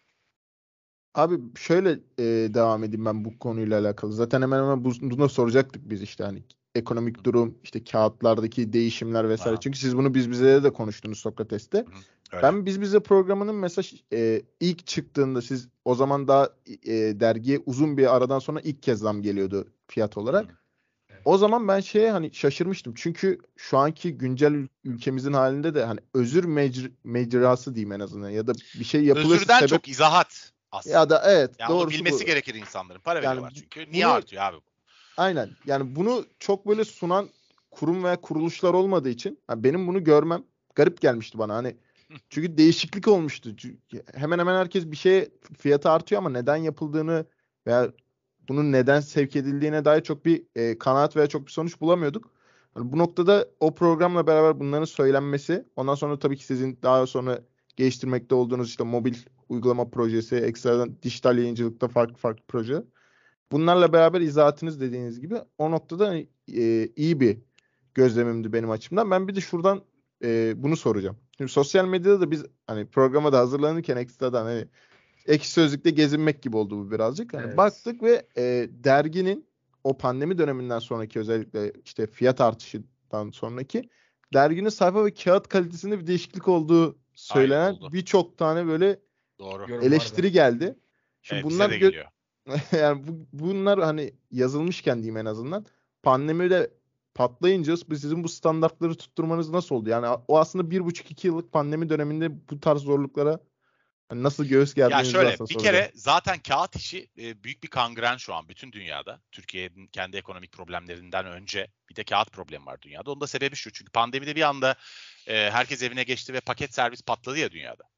Abi şöyle e, devam edeyim ben bu konuyla alakalı. Zaten hemen hemen bu- bunu soracaktık biz işte hani ekonomik durum, işte kağıtlardaki değişimler vesaire. Aha. Çünkü siz bunu biz bize de konuştunuz Sokrates'te. Hı, öyle. Ben biz bize programının mesela e, ilk çıktığında siz o zaman daha e, dergiye uzun bir aradan sonra ilk kez zam geliyordu fiyat olarak. Hı. O zaman ben şeye hani şaşırmıştım. Çünkü şu anki güncel ül- ülkemizin halinde de hani özür mecr mecrası diyeyim en azından ya da bir şey yapılırsa Özürden sebep çok izahat ya aslında. da evet Yani onu doğrusu bilmesi bu. gerekir insanların. Para Yani veriyorlar çünkü. Niye bunu artıyor abi bu? aynen yani bunu çok böyle sunan kurum veya kuruluşlar olmadığı için ha, benim bunu görmem garip gelmişti bana. Hani çünkü değişiklik olmuştu. Çünkü hemen hemen herkes bir şeye fiyatı artıyor ama neden yapıldığını veya bunun neden sevk edildiğine dair çok bir e, kanaat veya çok bir sonuç bulamıyorduk. Hani bu noktada o programla beraber bunların söylenmesi, ondan sonra tabii ki sizin daha sonra geliştirmekte olduğunuz işte mobil uygulama projesi, ekstradan dijital yayıncılıkta farklı farklı proje. Bunlarla beraber izahatınız dediğiniz gibi o noktada hani, e, iyi bir gözlemimdi benim açımdan. Ben bir de şuradan e, bunu soracağım. Şimdi sosyal medyada da biz hani programa da hazırlanırken ekstradan hani Ekşi Sözlük'te gezinmek gibi oldu bu birazcık. Hani Evet. baktık ve e, derginin o pandemi döneminden sonraki özellikle işte fiyat artışından sonraki derginin sayfa ve kağıt kalitesinde bir değişiklik olduğu Aynen söylenen oldu. birçok tane böyle Doğru. Yorum vardı. eleştiri geldi. Şimdi Evet bize bunlar de gö- geliyor. yani bu, bunlar hani yazılmışken diyeyim en azından pandemide patlayınca bu- sizin bu standartları tutturmanız nasıl oldu? Yani o aslında bir buçuk iki yıllık pandemi döneminde bu tarz zorluklara hani nasıl göğüs Ya gerdiğinizi şöyle aslında bir soracağım. kere zaten kağıt işi e, büyük bir kangren şu an bütün dünyada. Türkiye'nin kendi ekonomik problemlerinden önce bir de kağıt problemi var dünyada. Onun da sebebi şu çünkü pandemide bir anda e, herkes evine geçti ve paket servis patladı ya dünyada.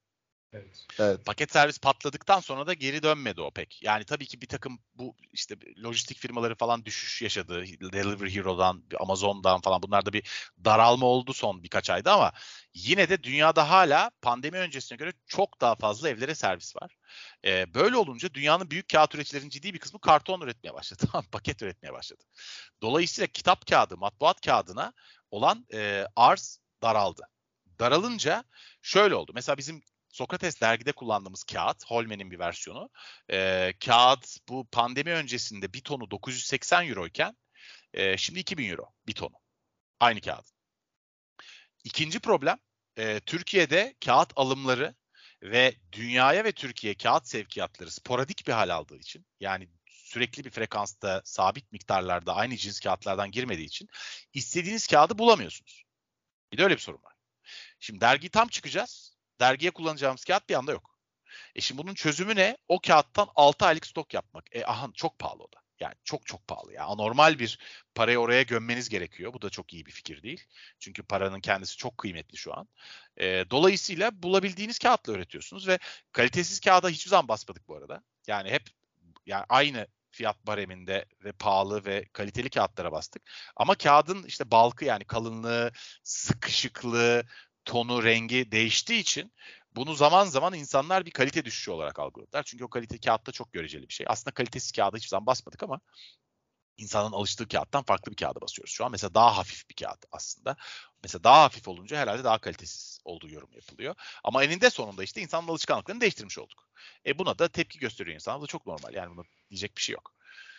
Evet. Evet. Paket servis patladıktan sonra da geri dönmedi o pek. Yani tabii ki bir takım bu işte lojistik firmaları falan düşüş yaşadı. Delivery Hero'dan, Amazon'dan falan bunlarda bir daralma oldu son birkaç ayda ama yine de dünyada hala pandemi öncesine göre çok daha fazla evlere servis var. Ee, böyle olunca dünyanın büyük kağıt üreticilerinin ciddi bir kısmı karton üretmeye başladı. Paket üretmeye başladı. Dolayısıyla kitap kağıdı, matbuat kağıdına olan e, arz daraldı. Daralınca şöyle oldu. Mesela bizim Sokrates dergide kullandığımız kağıt, Holmen'in bir versiyonu. E, kağıt bu pandemi öncesinde bir tonu dokuz yüz seksen euro iken e, şimdi iki bin euro bir tonu. Aynı kağıt. İkinci problem, e, Türkiye'de kağıt alımları ve dünyaya ve Türkiye kağıt sevkiyatları sporadik bir hal aldığı için, yani sürekli bir frekansta sabit miktarlarda aynı cins kağıtlardan girmediği için istediğiniz kağıdı bulamıyorsunuz. Bir de öyle bir sorun var. Şimdi dergiyi tam çıkacağız. Dergiye kullanacağımız kağıt bir anda yok. E şimdi bunun çözümü ne? O kağıttan altı aylık stok yapmak. E aha çok pahalı o da. Yani çok çok pahalı ya. Anormal bir parayı oraya gömmeniz gerekiyor. Bu da çok iyi bir fikir değil. Çünkü paranın kendisi çok kıymetli şu an. E, dolayısıyla bulabildiğiniz kağıtla üretiyorsunuz ve kalitesiz kağıda hiçbir zaman basmadık bu arada. Yani hep yani aynı fiyat bareminde ve pahalı ve kaliteli kağıtlara bastık. Ama kağıdın işte balkı yani kalınlığı, sıkışıklığı, tonu, rengi değiştiği için bunu zaman zaman insanlar bir kalite düşüşü olarak algıladılar. Çünkü o kalite kağıtta çok göreceli bir şey. Aslında kalitesiz kağıda hiçbir zaman basmadık ama insanın alıştığı kağıttan farklı bir kağıda basıyoruz şu an. Mesela daha hafif bir kağıt aslında. Mesela daha hafif olunca herhalde daha kalitesiz olduğu yorum yapılıyor. Ama eninde sonunda işte insanın alışkanlıklarını değiştirmiş olduk. E buna da tepki gösteriyor insan. Bu da çok normal. Yani buna diyecek bir şey yok.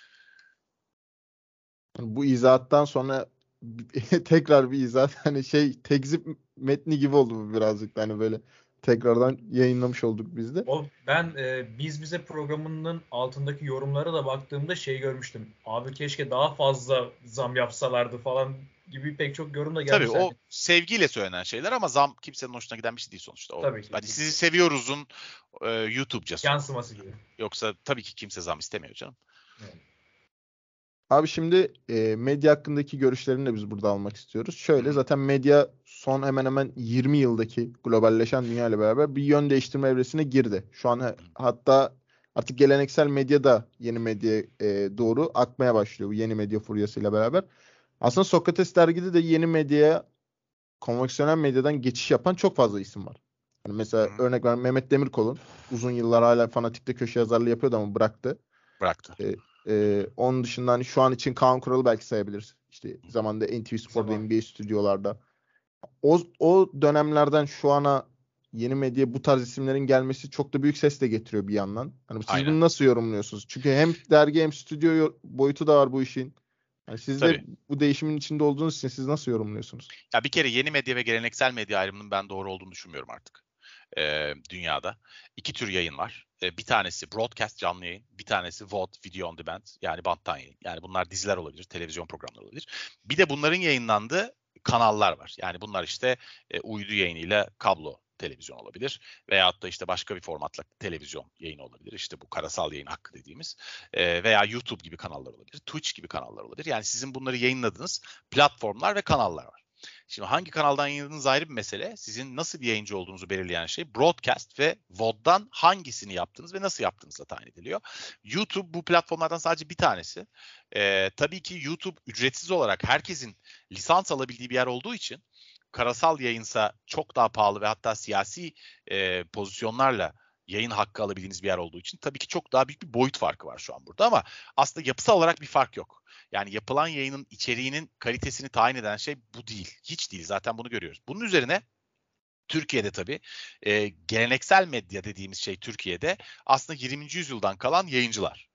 Bu izahattan sonra tekrar bir izahat hani şey tekzip metni gibi oldu bu birazcık da hani böyle tekrardan yayınlamış olduk biz de. O ben e, Biz Bize programının altındaki yorumlara da baktığımda şey görmüştüm. Abi keşke daha fazla zam yapsalardı falan gibi pek çok yorum da Tabii gelmiş. o Yani, sevgiyle söylenen şeyler ama zam kimsenin hoşuna giden bir şey değil sonuçta. O, tabii ki hani sizi seviyoruzun e, YouTube'cası o. yansıması gibi. Yoksa tabii ki kimse zam istemiyor canım. Evet. Abi şimdi e, medya hakkındaki görüşlerini de biz burada almak istiyoruz. Şöyle Hı-hı. zaten medya son hemen hemen yirmi yıldaki globalleşen dünya ile beraber bir yön değiştirme evresine girdi. Şu an ha- hatta artık geleneksel medya da yeni medyaya e, doğru akmaya başlıyor bu yeni medya furyasıyla beraber. Aslında Sokrates dergide de yeni medyaya konvansiyonel medyadan geçiş yapan çok fazla isim var. Hani mesela Hı-hı. örnek veriyorum Mehmet Demirkol'un uzun yıllar hala Fanatik'te köşe yazarlığı yapıyordu ama bıraktı. Bıraktı. E, e, onun dışında hani şu an için Kaan Kural'ı belki sayabiliriz. İşte zamanında N T V Spor'da Zaman. N B A stüdyolarda. O, o dönemlerden şu ana yeni medyaya bu tarz isimlerin gelmesi çok da büyük ses de getiriyor bir yandan. Hani siz Aynen. bunu nasıl yorumluyorsunuz? Çünkü hem dergi hem stüdyo yo- boyutu da var bu işin. Yani siz de Tabii. bu değişimin içinde olduğunuz için siz nasıl yorumluyorsunuz? Ya bir kere yeni medya ve geleneksel medya ayrımının ben doğru olduğunu düşünmüyorum artık. Ee, dünyada. İki tür yayın var. Ee, bir tanesi broadcast canlı yayın. Bir tanesi V O D, video on demand. Yani banttan yayın. Yani bunlar diziler olabilir, televizyon programları olabilir. Bir de bunların yayınlandığı kanallar var. Yani bunlar işte e, uydu yayınıyla kablo televizyon olabilir. Veyahut da işte başka bir formatla televizyon yayını olabilir. İşte bu karasal yayın hakkı dediğimiz. E, veya YouTube gibi kanallar olabilir. Twitch gibi kanallar olabilir. Yani sizin bunları yayınladığınız platformlar ve kanallar var. Şimdi hangi kanaldan yayınladığınız ayrı bir mesele. Sizin nasıl bir yayıncı olduğunuzu belirleyen şey broadcast ve V O D'dan hangisini yaptınız ve nasıl yaptığınızla tayin ediliyor. YouTube bu platformlardan sadece bir tanesi. Ee, tabii ki YouTube ücretsiz olarak herkesin lisans alabildiği bir yer olduğu için karasal yayınsa çok daha pahalı ve hatta siyasi e, pozisyonlarla yayın hakkı alabildiğiniz bir yer olduğu için tabii ki çok daha büyük bir boyut farkı var şu an burada ama aslında yapısal olarak bir fark yok. Yani yapılan yayının içeriğinin kalitesini tayin eden şey bu değil. Hiç değil. Zaten bunu görüyoruz. Bunun üzerine Türkiye'de tabii e, geleneksel medya dediğimiz şey Türkiye'de aslında yirminci yüzyıldan kalan yayıncılar.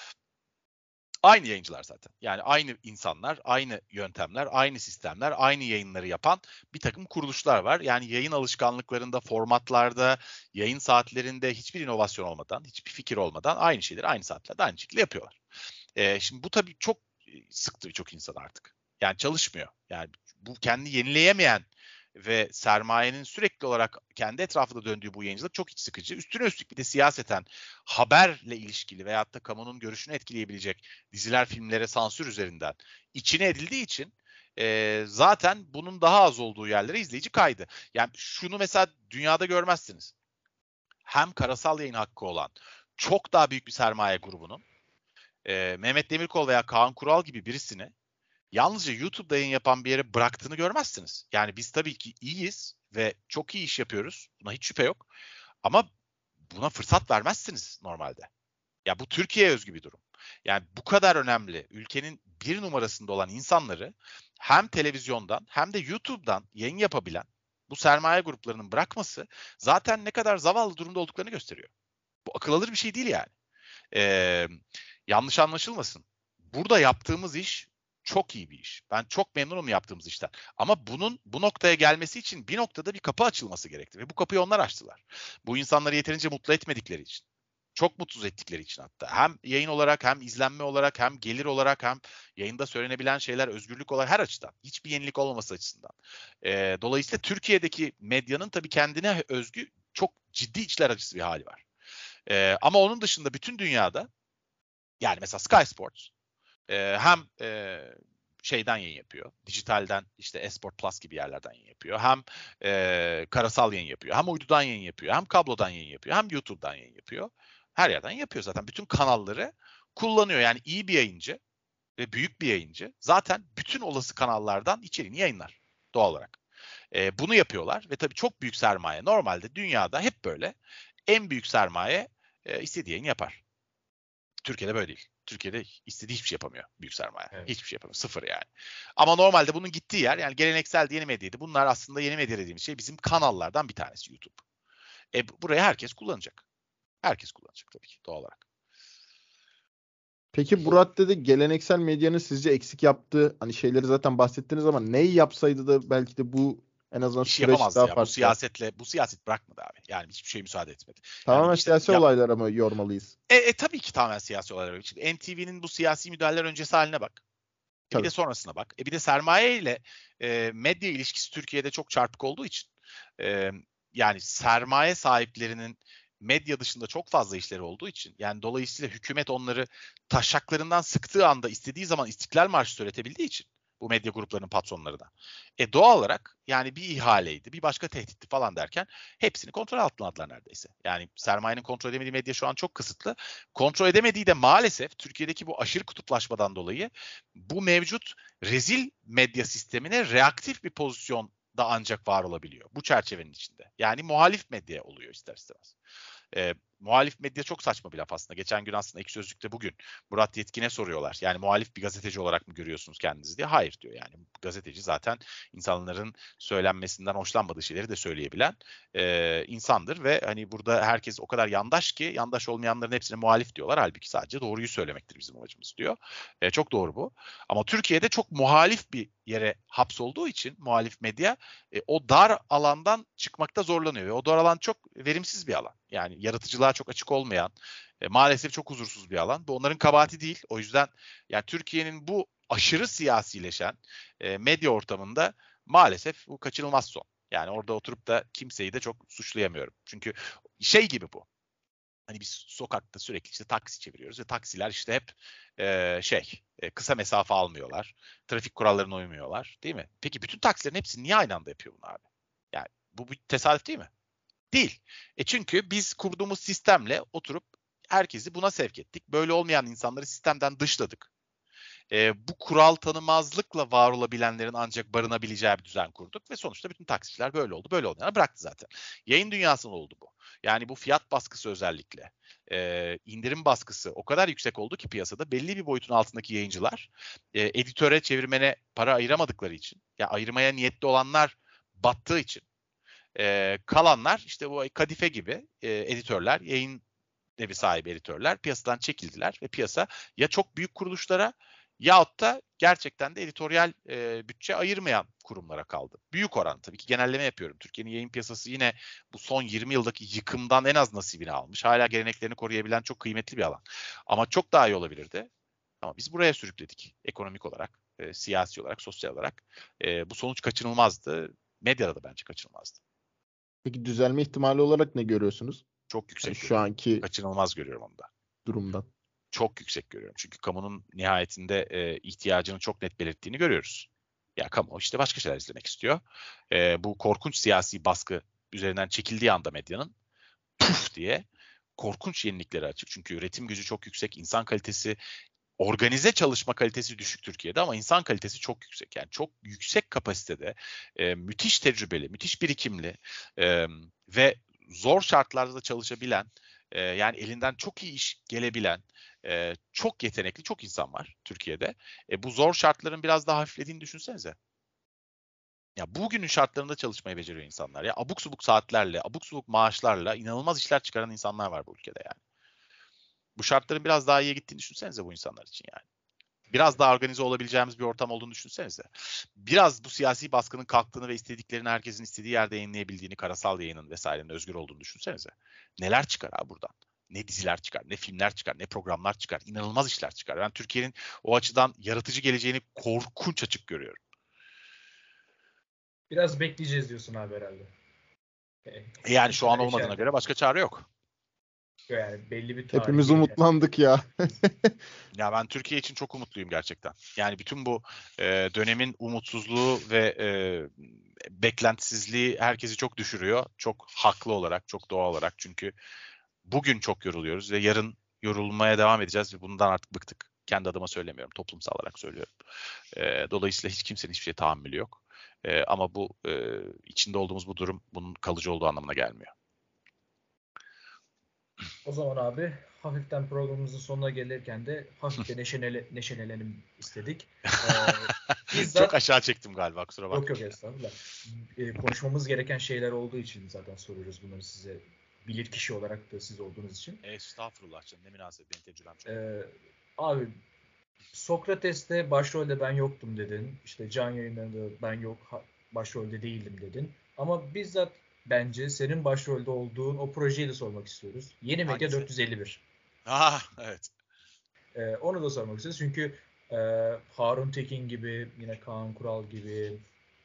Aynı yayıncılar zaten. Yani aynı insanlar, aynı yöntemler, aynı sistemler, aynı yayınları yapan bir takım kuruluşlar var. Yani yayın alışkanlıklarında, formatlarda, yayın saatlerinde hiçbir inovasyon olmadan, hiçbir fikir olmadan aynı şeyleri aynı saatlerde aynı şekilde yapıyorlar. Ee, şimdi bu tabii çok sıktı birçok insan artık. Yani çalışmıyor. Yani bu kendi yenileyemeyen ve sermayenin sürekli olarak kendi etrafında döndüğü bu yayıncılık çok iç sıkıcı. Üstüne üstlük bir de siyaseten haberle ilişkili veyahut da kamunun görüşünü etkileyebilecek diziler, filmlere sansür üzerinden içine edildiği için e, zaten bunun daha az olduğu yerlere izleyici kaydı. Yani şunu mesela dünyada görmezsiniz. hem karasal yayın hakkı olan çok daha büyük bir sermaye grubunun e, Mehmet Demirkol veya Kaan Kural gibi birisini yalnızca YouTube'da yayın yapan bir yere bıraktığını görmezsiniz. Yani biz tabii ki iyiyiz ve çok iyi iş yapıyoruz. Buna hiç şüphe yok. Ama buna fırsat vermezsiniz normalde. Ya bu Türkiye'ye özgü bir durum. Yani bu kadar önemli, ülkenin bir numarasında olan insanları hem televizyondan hem de YouTube'dan yayın yapabilen bu sermaye gruplarının bırakması zaten ne kadar zavallı durumda olduklarını gösteriyor. Bu akıl alır bir şey değil yani. Ee, yanlış anlaşılmasın. Burada yaptığımız iş çok iyi bir iş. Ben çok memnunum yaptığımız işten. Ama bunun bu noktaya gelmesi için bir noktada bir kapı açılması gerekti. Ve bu kapıyı onlar açtılar. Bu insanları yeterince mutlu etmedikleri için. Çok mutsuz ettikleri için hatta. Hem yayın olarak hem izlenme olarak hem gelir olarak hem yayında söylenebilen şeyler özgürlük olarak her açıdan. Hiçbir yenilik olmaması açısından. Ee, dolayısıyla Türkiye'deki medyanın tabii kendine özgü çok ciddi içler acısı bir hali var. Ee, ama onun dışında bütün dünyada yani mesela Sky Sports e, hem e, şeyden yayın yapıyor. Dijitalden işte Esport Plus gibi yerlerden yayın yapıyor. Hem e, karasal yayın yapıyor. Hem uydudan yayın yapıyor. Hem kablodan yayın yapıyor. Hem YouTube'dan yayın yapıyor. Her yerden yapıyor zaten. Bütün kanalları kullanıyor. Yani iyi bir yayıncı ve büyük bir yayıncı zaten bütün olası kanallardan içeriğini yayınlar doğal olarak. E, bunu yapıyorlar ve tabii çok büyük sermaye. Normalde dünyada hep böyle en büyük sermaye e, istediği yayını yapar. Türkiye'de böyle değil. Türkiye'de istediği hiçbir şey yapamıyor büyük sermaye. Evet. Hiçbir şey yapamıyor. Sıfır yani. Ama normalde bunun gittiği yer yani geleneksel yeni medyaydı. Bunlar aslında yeni medya dediğimiz şey bizim kanallardan bir tanesi YouTube. E burayı herkes kullanacak. Herkes kullanacak tabii ki doğal olarak. Peki bu raddede geleneksel medyanın sizce eksik yaptığı hani şeyleri zaten bahsettiniz ama neyi yapsaydı da belki de bu en azından bir şey süreç yapamazdı daha ya. farklı. Bu siyasetle bu siyaset bırakmadı abi. Yani hiçbir şey müsaade etmedi. Tamamen yani işte, siyasi ya, olaylara mı yormalıyız? E, e tabii ki tamamen siyasi olaylar. Şimdi N T V'nin bu siyasi müdahaleler öncesi haline bak. E bir de sonrasına bak. E bir de sermaye ile e, medya ilişkisi Türkiye'de çok çarpık olduğu için e, yani sermaye sahiplerinin medya dışında çok fazla işleri olduğu için yani dolayısıyla hükümet onları taşaklarından sıktığı anda istediği zaman İstiklal Marşı söyletebildiği için bu medya gruplarının patronlarına. E doğal olarak yani bir ihaleydi, bir başka tehditti falan derken hepsini kontrol altına aldılar neredeyse. Yani sermayenin kontrol edemediği medya şu an çok kısıtlı. Kontrol edemediği de maalesef Türkiye'deki bu aşırı kutuplaşmadan dolayı bu mevcut rezil medya sistemine reaktif bir pozisyon da ancak var olabiliyor. Bu çerçevenin içinde. Yani muhalif medya oluyor ister istemez. E, muhalif medya çok saçma bir laf aslında. Geçen gün aslında Ekşi Sözlük'te bugün Murat Yetkin'e soruyorlar. Yani muhalif bir gazeteci olarak mı görüyorsunuz kendinizi diye. Hayır diyor yani. Gazeteci zaten insanların söylenmesinden hoşlanmadığı şeyleri de söyleyebilen e, insandır ve hani burada herkes o kadar yandaş ki yandaş olmayanların hepsine muhalif diyorlar. Halbuki sadece doğruyu söylemektir bizim amacımız diyor. E, çok doğru bu. Ama Türkiye'de çok muhalif bir yere hapsolduğu için muhalif medya e, o dar alandan çıkmakta zorlanıyor ve o dar alan çok verimsiz bir alan. Yani yaratıcılığa çok açık olmayan, e, maalesef çok huzursuz bir alan. Bu onların kabahati değil. O yüzden yani Türkiye'nin bu aşırı siyasileşen e, medya ortamında maalesef bu kaçınılmaz son. Yani orada oturup da kimseyi de çok suçlayamıyorum. Çünkü şey gibi bu. Hani biz sokakta sürekli işte taksi çeviriyoruz ve taksiler işte hep e, şey e, kısa mesafe almıyorlar. Trafik kurallarına uymuyorlar değil mi? Peki bütün taksilerin hepsi niye aynı anda yapıyor bunu abi? Yani bu bir tesadüf değil mi? Değil. E çünkü biz kurduğumuz sistemle oturup herkesi buna sevk ettik. Böyle olmayan insanları sistemden dışladık. E, bu kural tanımazlıkla var olabilenlerin ancak barınabileceği bir düzen kurduk ve sonuçta bütün taksiciler böyle oldu. Böyle olmayanlar bıraktı zaten. Yayın dünyasında oldu bu. Yani bu fiyat baskısı özellikle, e, indirim baskısı o kadar yüksek oldu ki piyasada belli bir boyutun altındaki yayıncılar e, editöre, çevirmene para ayıramadıkları için, ya yani ayırmaya niyetli olanlar battığı için, e, kalanlar işte bu Kadife gibi e, editörler, yayın evi sahibi editörler piyasadan çekildiler ve piyasa ya çok büyük kuruluşlara yahut da gerçekten de editoryal e, bütçe ayırmayan kurumlara kaldı. Büyük oran tabii ki genelleme yapıyorum. Türkiye'nin yayın piyasası yine bu son yirmi yıldaki yıkımdan en az nasibini almış. Hala geleneklerini koruyabilen çok kıymetli bir alan. Ama çok daha iyi olabilirdi. Ama biz buraya sürükledik ekonomik olarak, e, siyasi olarak, sosyal olarak. E, bu sonuç kaçınılmazdı. Medyada da bence kaçınılmazdı. Peki düzelme ihtimali olarak ne görüyorsunuz? Çok yüksek yani görüyorum. Şu anki kaçınılmaz görüyorum onu da. Durumdan. Çok yüksek görüyorum. Çünkü kamunun nihayetinde e, ihtiyacını çok net belirttiğini görüyoruz. Ya kamu işte başka şeyler izlemek istiyor. E, bu korkunç siyasi baskı üzerinden çekildiği anda medyanın puf diye korkunç yeniliklere açık. Çünkü üretim gücü çok yüksek, insan kalitesi, organize çalışma kalitesi düşük Türkiye'de ama insan kalitesi çok yüksek. Yani çok yüksek kapasitede, e, müthiş tecrübeli, müthiş birikimli e, ve zor şartlarda da çalışabilen, e, yani elinden çok iyi iş gelebilen, e, çok yetenekli çok insan var Türkiye'de. E, bu zor şartların biraz daha hafiflediğini düşünsenize. Ya bugünün şartlarında çalışmayı beceriyor insanlar. Ya abuk subuk saatlerle, abuk subuk maaşlarla inanılmaz işler çıkaran insanlar var bu ülkede yani. Bu şartların biraz daha iyiye gittiğini düşünsenize bu insanlar için yani. Biraz daha organize olabileceğimiz bir ortam olduğunu düşünsenize. Biraz bu siyasi baskının kalktığını ve istediklerini herkesin istediği yerde yayınlayabildiğini, karasal yayının vesairenin özgür olduğunu düşünsenize. Neler çıkar abi buradan? Ne diziler çıkar, ne filmler çıkar, ne programlar çıkar. İnanılmaz işler çıkar. Ben Türkiye'nin o açıdan yaratıcı geleceğini korkunç açık görüyorum. Biraz bekleyeceğiz diyorsun abi herhalde. E yani şu an İçeride, olmadığına içeride. göre başka çare yok. Yani belli bir tarih Hepimiz gelecek. umutlandık ya. Ya ben Türkiye için çok umutluyum gerçekten. Yani bütün bu e, dönemin umutsuzluğu ve e, beklentisizliği herkesi çok düşürüyor. Çok haklı olarak, çok doğal olarak. Çünkü bugün çok yoruluyoruz ve yarın yorulmaya devam edeceğiz ve bundan artık bıktık. Kendi adıma söylemiyorum, toplumsal olarak söylüyorum. E, dolayısıyla hiç kimsenin hiçbir şeye tahammülü yok. E, ama bu e, içinde olduğumuz bu durum bunun kalıcı olduğu anlamına gelmiyor. O zaman abi hafiften programımızın sonuna gelirken de hafif de neşenele, neşelenelim istedik. Ee, bizzat Çok aşağı çektim galiba, kusura bakma. yok yok estağfurullah. Ee, konuşmamız gereken şeyler olduğu için zaten soruyoruz bunları size. Bilir kişi olarak da siz olduğunuz için. Estağfurullah canım, ne münasebet, benim tecrübem çok. Ee, abi Sokrates'te başrolde ben yoktum dedin. İşte Can Yayınları'nda ben yok ha- başrolde değildim dedin. Ama bizzat bence senin başrolde olduğun o projeyi de sormak istiyoruz. Yeni Medya Hangisi? dört yüz elli bir. Ah evet. Ee, onu da sormak istiyoruz. Çünkü e, Harun Tekin gibi, yine Kaan Kural gibi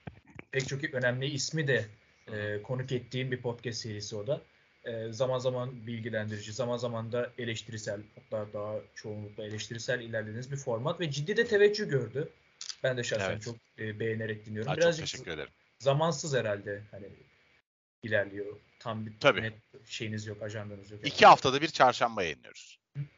pek çok önemli ismi de e, konuk ettiğim bir podcast serisi o da. E, zaman zaman bilgilendirici, zaman zaman da eleştirisel, hatta daha çoğunlukla eleştirisel ilerlediğiniz bir format ve ciddi de teveccüh gördü. Ben de şahsen Evet. çok e, beğenerek dinliyorum. Ha, çok Birazcık teşekkür ederim. zamansız herhalde hani ilerliyor. Tam bir Tabii. net şeyiniz yok, ajandanız yok İki herhalde. haftada bir çarşamba yayınlıyoruz.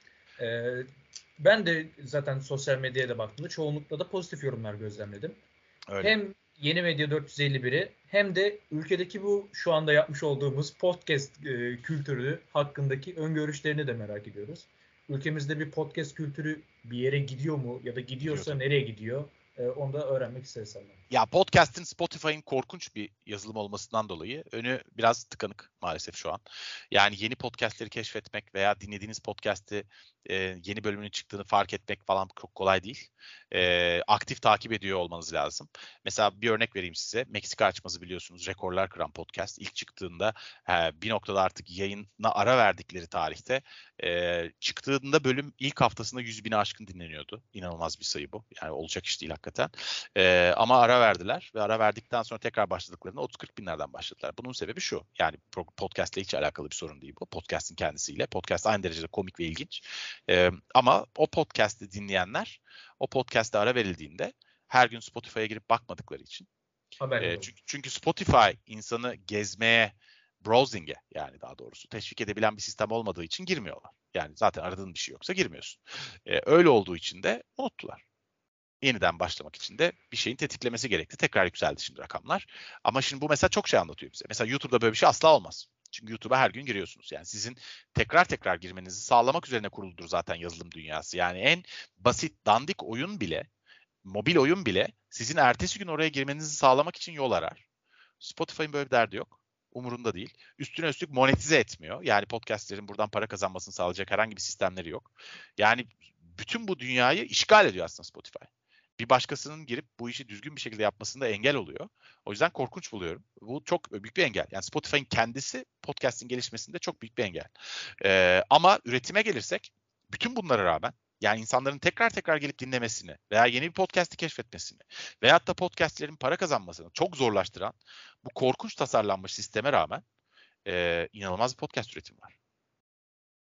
Ee, ben de zaten sosyal medyaya da baktığımda çoğunlukla da pozitif yorumlar gözlemledim. Öyle. Hem Yeni Medya dört yüz elli biri hem de ülkedeki bu şu anda yapmış olduğumuz podcast e, kültürü hakkındaki öngörüşlerini de merak ediyoruz. Ülkemizde bir podcast kültürü bir yere gidiyor mu ya da gidiyorsa Gidiyor tabii. nereye gidiyor? E, onu da öğrenmek isteriz senden. Ya podcast'in Spotify'ın korkunç bir yazılım olmasından dolayı önü biraz tıkanık maalesef şu an. Yani yeni podcast'leri keşfetmek veya dinlediğiniz podcast'i e, yeni bölümünün çıktığını fark etmek falan çok kolay değil. E, aktif takip ediyor olmanız lazım. Mesela bir örnek vereyim size. Meksika Açması biliyorsunuz, rekorlar kıran podcast. İlk çıktığında e, bir noktada artık yayına ara verdikleri tarihte e, çıktığında bölüm ilk haftasında yüz bini aşkın dinleniyordu. İnanılmaz bir sayı bu. Yani olacak iş değil hakikaten. Ee, ama ara verdiler ve ara verdikten sonra tekrar başladıklarında otuz kırk binlerden başladılar. Bunun sebebi şu, yani podcast ile hiç alakalı bir sorun değil bu. Podcast'in kendisiyle. Podcast aynı derecede komik ve ilginç. Ee, ama o podcast'i dinleyenler o podcast'e ara verildiğinde her gün Spotify'a girip bakmadıkları için. Haberler E, oldu. çünkü, çünkü Spotify insanı gezmeye, browsing'e yani daha doğrusu teşvik edebilen bir sistem olmadığı için girmiyorlar. Yani zaten aradığın bir şey yoksa girmiyorsun. E, öyle olduğu için de unuttular. Yeniden başlamak için de bir şeyin tetiklemesi gerekti. Tekrar yükseldi şimdi rakamlar. Ama şimdi bu mesela çok şey anlatıyor bize. Mesela YouTube'da böyle bir şey asla olmaz. Çünkü YouTube'a her gün giriyorsunuz. Yani sizin tekrar tekrar girmenizi sağlamak üzerine kuruludur zaten yazılım dünyası. Yani en basit dandik oyun bile, mobil oyun bile sizin ertesi gün oraya girmenizi sağlamak için yol arar. Spotify'ın böyle bir derdi yok. Umurunda değil. Üstüne üstlük monetize etmiyor. Yani podcastlerin buradan para kazanmasını sağlayacak herhangi bir sistemleri yok. Yani bütün bu dünyayı işgal ediyor aslında Spotify. Bir başkasının girip bu işi düzgün bir şekilde yapmasında engel oluyor. O yüzden korkunç buluyorum. Bu çok büyük bir engel. Yani Spotify'ın kendisi podcast'in gelişmesinde çok büyük bir engel. Ee, ama üretime gelirsek bütün bunlara rağmen yani insanların tekrar tekrar gelip dinlemesini veya yeni bir podcast'i keşfetmesini veyahut da podcast'lerin para kazanmasını çok zorlaştıran bu korkunç tasarlanmış sisteme rağmen e, inanılmaz bir podcast üretimi var.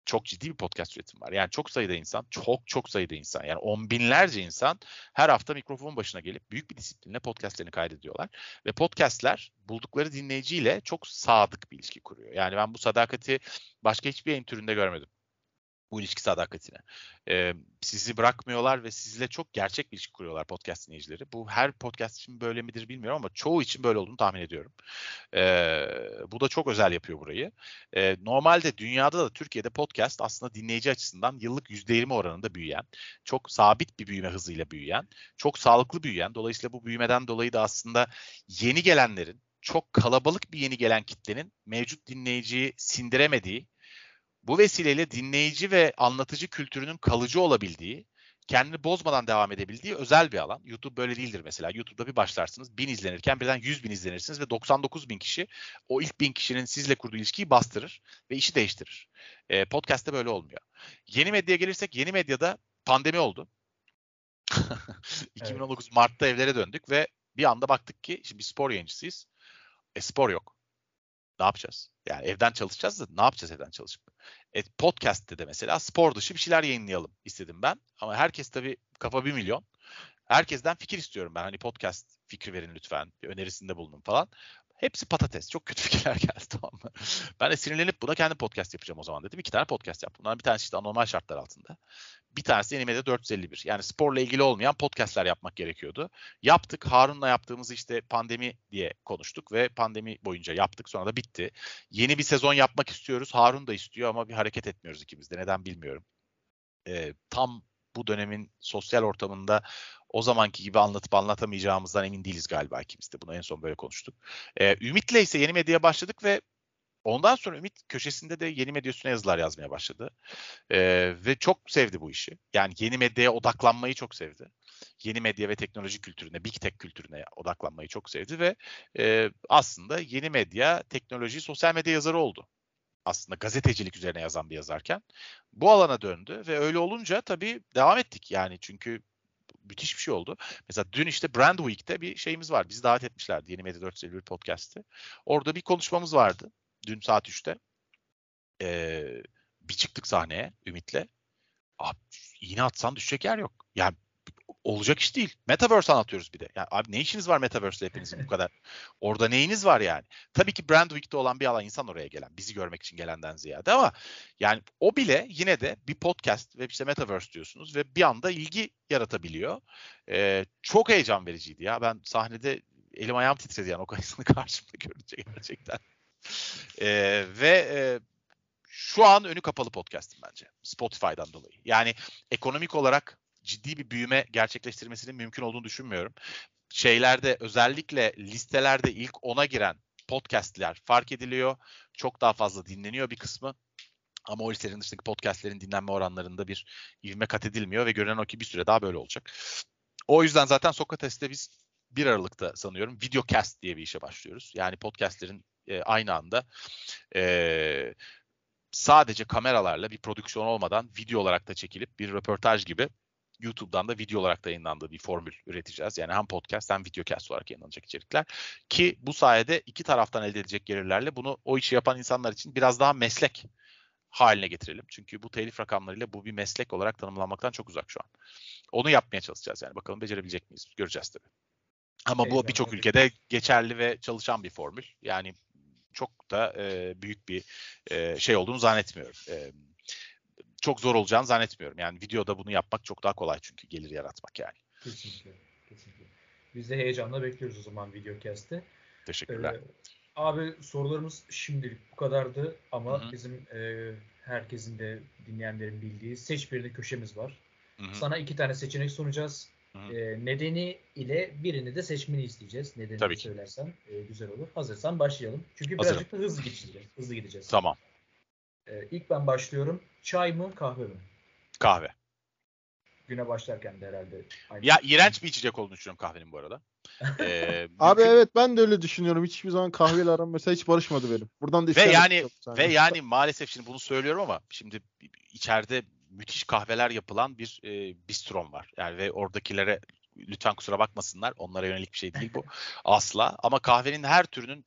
çok ciddi bir podcast üretimi var. Yani çok sayıda insan, çok çok sayıda insan, yani on binlerce insan her hafta mikrofon başına gelip büyük bir disiplinle podcastlerini kaydediyorlar. Ve podcastler buldukları dinleyiciyle çok sadık bir ilişki kuruyor. Yani ben bu sadakati başka hiçbir yayın türünde görmedim. Bu ilişki sadakatine. Ee, sizi bırakmıyorlar ve sizle çok gerçek bir ilişki kuruyorlar podcast dinleyicileri. Bu her podcast için böyle midir bilmiyorum ama çoğu için böyle olduğunu tahmin ediyorum. Ee, bu da çok özel yapıyor burayı. Ee, normalde dünyada da Türkiye'de podcast aslında dinleyici açısından yıllık yüzde yirmi oranında büyüyen, çok sabit bir büyüme hızıyla büyüyen, çok sağlıklı büyüyen. Dolayısıyla bu büyümeden dolayı da aslında yeni gelenlerin, çok kalabalık bir yeni gelen kitlenin mevcut dinleyiciyi sindiremediği, bu vesileyle dinleyici ve anlatıcı kültürünün kalıcı olabildiği, kendini bozmadan devam edebildiği özel bir alan. YouTube böyle değildir mesela. YouTube'da bir başlarsınız, bin izlenirken birden yüz bin izlenirsiniz ve doksan dokuz bin kişi o ilk bin kişinin sizle kurduğu ilişkiyi bastırır ve işi değiştirir. E, podcast'te böyle olmuyor. Yeni medyaya gelirsek, yeni medyada pandemi oldu. iki bin on dokuz evet. Mart'ta evlere döndük ve bir anda baktık ki şimdi bir spor yayıncısıyız. E, spor yok. Ne yapacağız? Yani evden çalışacağız da ne yapacağız evden çalışıp? E, podcast'te de mesela spor dışı bir şeyler yayınlayalım istedim ben. Ama herkes tabii kafa bir milyon. Herkesten fikir istiyorum ben. Hani podcast fikri verin lütfen. Bir önerisinde bulunun falan. Hepsi patates. Çok kötü fikirler geldi, tamam mı? Ben de sinirlenip buna kendi podcast yapacağım o zaman dedim. İki tane podcast yaptım. Bunların bir tanesi işte anormal şartlar altında. Bir tanesi Yeni Medya dört yüz elli bir. Yani sporla ilgili olmayan podcastler yapmak gerekiyordu. Yaptık. Harun'la yaptığımızı işte pandemi diye konuştuk ve pandemi boyunca yaptık. Sonra da bitti. Yeni bir sezon yapmak istiyoruz. Harun da istiyor ama bir hareket etmiyoruz ikimiz de. Neden bilmiyorum. Ee, tam bu dönemin sosyal ortamında o zamanki gibi anlatıp anlatamayacağımızdan emin değiliz galiba ikimiz de. Bunu en son böyle konuştuk. Ee, Ümit'le ise Yeni Medya'ya başladık ve ondan sonra Ümit köşesinde de Yeni Medya üstüne yazılar yazmaya başladı. Ee, ve çok sevdi bu işi. Yani yeni medyaya odaklanmayı çok sevdi. Yeni medya ve teknoloji kültürüne, big tech kültürüne odaklanmayı çok sevdi ve e, aslında yeni medya, teknoloji, sosyal medya yazarı oldu. Aslında gazetecilik üzerine yazan bir yazarken bu alana döndü ve öyle olunca tabii devam ettik yani çünkü müthiş bir şey oldu. Mesela dün işte Brand Week'te bir şeyimiz var. Bizi davet etmişlerdi Yeni Medya dört yüz elli bir podcast'te. Orada bir konuşmamız vardı. Dün saat üçte. Ee, bir çıktık sahneye Ümit'le. Abi iğne atsan düşecek yer yok. Yani olacak iş değil. Metaverse anlatıyoruz bir de. Yani abi ne işiniz var Metaverse'le hepinizin bu kadar? Orada neyiniz var yani? Tabii ki Brand Week'te olan bir alan insan oraya gelen. Bizi görmek için gelenden ziyade ama yani o bile yine de bir podcast ve işte Metaverse diyorsunuz ve bir anda ilgi yaratabiliyor. Ee, çok heyecan vericiydi ya. Ben sahnede elim ayağım titredi yani o kayısını karşımda görünce gerçekten. Ee, ve e, şu an önü kapalı podcast'im bence. Spotify'dan dolayı. Yani ekonomik olarak ciddi bir büyüme gerçekleştirmesinin mümkün olduğunu düşünmüyorum. Şeylerde özellikle listelerde ilk ona giren podcast'ler fark ediliyor. Çok daha fazla dinleniyor bir kısmı. Ama o listelerin dışındaki podcast'lerin dinlenme oranlarında bir ivme kat edilmiyor ve görünen o ki bir süre daha böyle olacak. O yüzden zaten Sokrates'te biz bir Aralık'ta sanıyorum Videocast diye bir işe başlıyoruz. Yani podcast'lerin e, aynı anda e, sadece kameralarla bir prodüksiyon olmadan video olarak da çekilip bir röportaj gibi YouTube'dan da video olarak da yayınlandığı bir formül üreteceğiz. Yani hem podcast hem videocast olarak yayınlanacak içerikler. Ki bu sayede iki taraftan elde edecek gelirlerle bunu o işi yapan insanlar için biraz daha meslek haline getirelim. Çünkü bu telif rakamlarıyla bu bir meslek olarak tanımlanmaktan çok uzak şu an. Onu yapmaya çalışacağız yani. Bakalım becerebilecek miyiz? Göreceğiz tabii. Ama bu birçok ülkede geçerli ve çalışan bir formül. Yani çok da e, büyük bir e, şey olduğunu zannetmiyorum. E, çok zor olacağını zannetmiyorum. Yani videoda bunu yapmak çok daha kolay çünkü gelir yaratmak yani. Kesinlikle. Kesinlikle. Biz de heyecanla bekliyoruz o zaman videocast'te. Teşekkürler. Ee, abi sorularımız şimdilik bu kadardı ama Hı-hı. bizim e, herkesin de dinleyenlerin bildiği seç birini köşemiz var. Hı-hı. Sana iki tane seçenek sunacağız. E, nedeni ile birini de seçmeni isteyeceğiz. Nedenini Tabii de ki. söylersen e, güzel olur. Hazırsan başlayalım. Çünkü Hazırım. birazcık da hızlı geçeceğiz. Hızlı gideceğiz. Tamam. E, ilk ben başlıyorum. Çay mı kahve mi? Kahve. Güne başlarken de herhalde. Aynı Ya şey. iğrenç bir içecek olduğunu düşünüyorum kahvenin bu arada. Ee, Abi mümkün... evet ben de öyle düşünüyorum. Hiçbir zaman kahveyle aram mesela hiç barışmadı benim. Buradan da ve yani yani. ve yani maalesef şimdi bunu söylüyorum ama şimdi içeride müthiş kahveler yapılan bir e, bistrom var. Yani ve oradakilere lütfen kusura bakmasınlar. Onlara yönelik bir şey değil bu. Asla. Ama kahvenin her türünün çok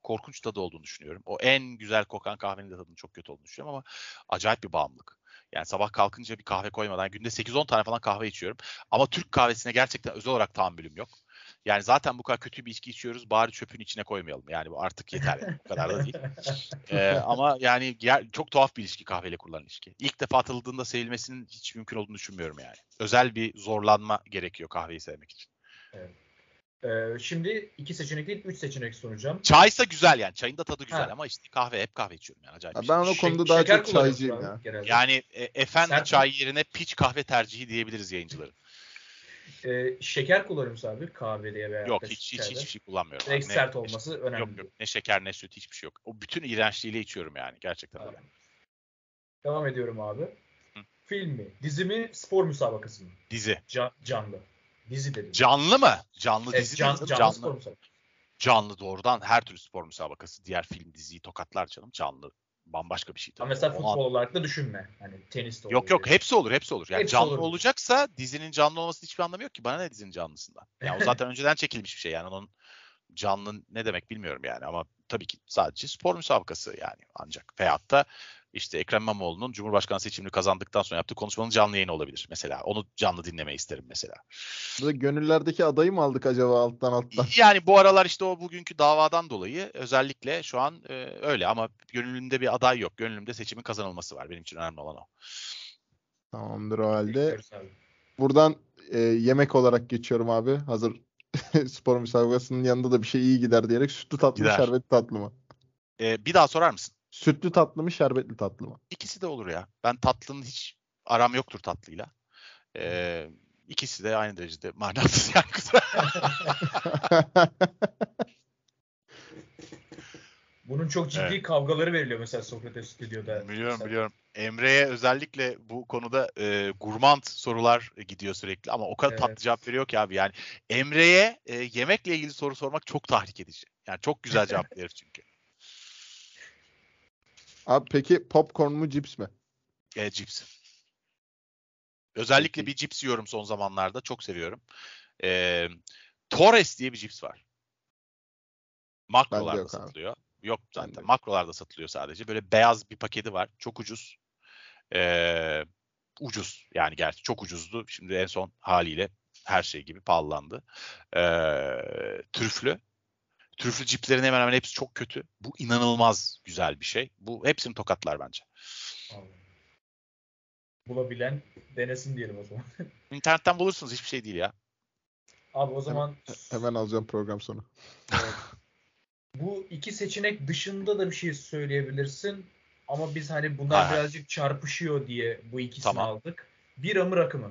korkunç tadı olduğunu düşünüyorum. O en güzel kokan kahvenin de tadının çok kötü olduğunu düşünüyorum ama acayip bir bağımlılık. Yani sabah kalkınca bir kahve koymadan günde sekiz on tane falan kahve içiyorum. Ama Türk kahvesine gerçekten özel olarak tahammülüm yok. Yani zaten bu kadar kötü bir içki içiyoruz. Bari çöpün içine koymayalım. Yani bu artık yeter yani. O kadar da değil. Ee, ama yani ger- çok tuhaf bir ilişki kahveyle kurulan ilişki. İlk defa atıldığında sevilmesinin hiç mümkün olduğunu düşünmüyorum yani. Özel bir zorlanma gerekiyor kahveyi sevmek için. Evet. Ee, şimdi iki seçenek değil, üç seçenek sunacağım. Çaysa güzel yani. Çayın da tadı güzel Ha. ama işte kahve hep kahve içiyorum yani. Acayip bir Ben şey. o konuda Şek- daha şeker çok kullanıyor musun çaycıyım abi ya. genelde? Yani e, efendi Sert çay mi? yerine piç kahve tercihi diyebiliriz yayıncıların. Ee, şeker kullanıyor musun abi kahvede veya Yok da hiç hiç çayda? hiçbir şey kullanmıyorum Direkt abi. Ne, sert ne- olması yok önemli yok değil. ne şeker ne süt hiçbir şey yok. O bütün iğrençliğiyle içiyorum yani. Gerçekten öyle. Tamam. Devam ediyorum abi. Hı. Film mi, dizi mi, spor müsabakası mı? Dizi. Can, canlı. Dizi dedim. Canlı mı? Canlı Evet, dizi değil can, canım. canlı spor Canlı. müsabakası. Canlı doğrudan her türlü spor müsabakası. Diğer film diziyi tokatlar canım. Canlı. Bambaşka bir şey Ama tabii. mesela Onu futbol olarak da düşünme. Hani tenis de Yok olabilir. yok hepsi olur hepsi olur. Yani Hepsi canlı olur mu? olacaksa dizinin canlı olmasının hiçbir anlamı yok ki. Bana ne dizinin canlısından? Yani o zaten önceden çekilmiş bir şey yani onun canlı ne demek bilmiyorum yani ama tabii ki sadece spor müsabakası yani ancak. Veyahut da işte Ekrem İmamoğlu'nun Cumhurbaşkanı seçimini kazandıktan sonra yaptığı konuşmanın canlı yayını olabilir mesela. Onu canlı dinlemeyi isterim mesela. Burada gönüllerdeki adayı mı aldık acaba alttan alttan? Yani bu aralar işte o bugünkü davadan dolayı özellikle şu an e, öyle ama gönlümde bir aday yok. Gönlümde seçimin kazanılması var. Benim için önemli olan o. Tamamdır o halde. Bekliyoruz abi. Buradan e, yemek olarak geçiyorum abi. Hazır spor müsabakasının yanında da bir şey iyi gider diyerek sütlü tatlı mı Gider. şerbetli tatlı mı? E, bir daha sorar mısın? Sütlü tatlı mı şerbetli tatlı mı? İkisi de olur ya. Ben tatlının hiç aram yoktur tatlıyla. Ee, ikisi de aynı derecede manasız yani. Bunun çok ciddi Evet. kavgaları veriliyor mesela Sokrates Stüdyo'da. Biliyorum Mesela. biliyorum. Emre'ye özellikle bu konuda e, gurmand sorular gidiyor sürekli ama o kadar tatlı Evet. cevap veriyor ki abi yani Emre'ye e, yemekle ilgili soru sormak çok tahrik edici. Yani çok güzel cevap verir çünkü. Abi peki popcorn mu cips mi? E, cips. Özellikle Peki. bir cips yiyorum son zamanlarda. Çok seviyorum. E, Torres diye bir cips var. Bende Makrolarda yok abi. satılıyor. Yok Bende zaten. yok. Makrolarda satılıyor sadece. Böyle beyaz bir paketi var. Çok ucuz. Ee, ucuz. Yani gerçi çok ucuzdu. Şimdi en son haliyle her şey gibi pahalandı. Ee, trüflü. Trüflü ciplerin hemen hemen hepsi çok kötü. Bu inanılmaz güzel bir şey. Bu hepsini tokatlar bence. Abi. Bulabilen denesin diyelim o zaman. İnternetten bulursunuz. Hiçbir şey değil ya. Abi o Hemen, zaman hemen alacağım program sonu. evet. Bu iki seçenek dışında da bir şey söyleyebilirsin. Ama biz hani bunlar Hay hay. birazcık çarpışıyor diye bu ikisini Tamam. aldık. Bira mı rakı mı?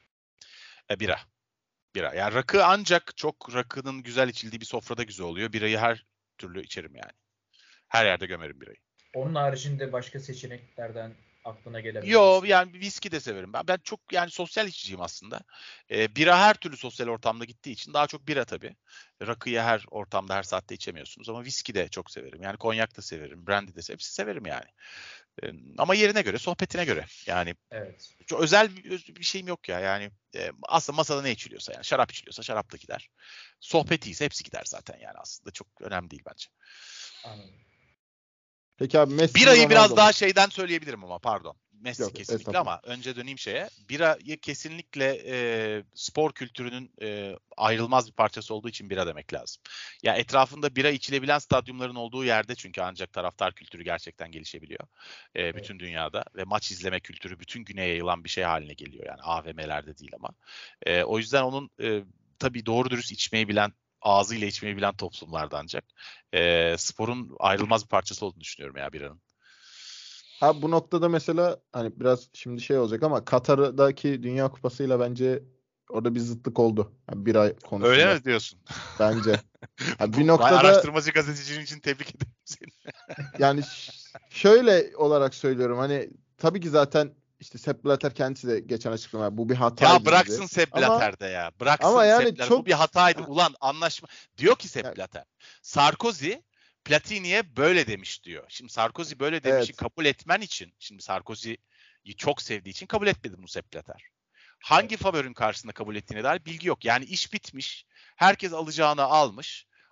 E, bira. Bira. Yani rakı ancak çok rakının güzel içildiği bir sofrada güzel oluyor. Birayı her türlü içerim yani. Her yerde gömerim birayı. Onun haricinde başka seçeneklerden aklına gelen bir Yo birisi. yani viski de severim. Ben, ben çok yani sosyal içiciyim aslında. Ee, bira her türlü sosyal ortamda gittiği için daha çok bira tabii. Rakıyı her ortamda her saatte içemiyorsunuz ama viski de çok severim. Yani konyak da severim, brandy de severim. Hepsi severim yani. Ee, ama yerine göre, sohbetine göre. Yani Evet. çok özel bir, bir şeyim yok ya. Yani e, aslında masada ne içiliyorsa yani şarap içiliyorsa şarap da gider. Sohbeti ise hepsi gider zaten yani aslında çok önemli değil bence. Anladım. Peki abi Messi mi Birayı biraz Ronaldo daha mu? şeyden söyleyebilirim ama pardon. Messi Yok kesinlikle estağfurullah. ama önce döneyim şeye. Birayı kesinlikle e, spor kültürünün e, ayrılmaz bir parçası olduğu için bira demek lazım. Ya etrafında bira içilebilen stadyumların olduğu yerde çünkü ancak taraftar kültürü gerçekten gelişebiliyor. E, Evet. bütün dünyada ve maç izleme kültürü bütün güneye yayılan bir şey haline geliyor. Yani A V M'lerde değil ama. E, o yüzden onun e, tabii doğru dürüst içmeyi bilen ağzıyla içmeyi bilen toplumlarda ancak e, sporun ayrılmaz bir parçası olduğunu düşünüyorum ya biranın. Abi bu noktada mesela hani biraz şimdi şey olacak ama Katar'daki Dünya Kupası'yla bence orada bir zıtlık oldu. Yani bir ay konusunda Öyle mi diyorsun? bence. Yani bir Bu vay noktada araştırmacı gazetecinin için tebrik ederim seni. yani ş- şöyle olarak söylüyorum hani tabii ki zaten işte Sepp Blatter kendisi de geçen açıklama bu bir Ya hataydı dedi. bıraksın Sepp Ama Blatter'de ya. ama Bıraksın yani Sepp Blatter. Bu çok bir hataydı. Ulan anlaşma. Diyor ki Sepp yani, Blatter. Sarkozy Platini'ye böyle demiş diyor. Şimdi Sarkozy böyle demişi evet. kabul etmen için, şimdi Sarkozy'yi çok sevdiği için kabul etmedi bunu Sepp Blatter. Hangi Evet. favorinin karşısında kabul ettiğine dair bilgi yok. Yani iş bitmiş. Herkes alacağını almış.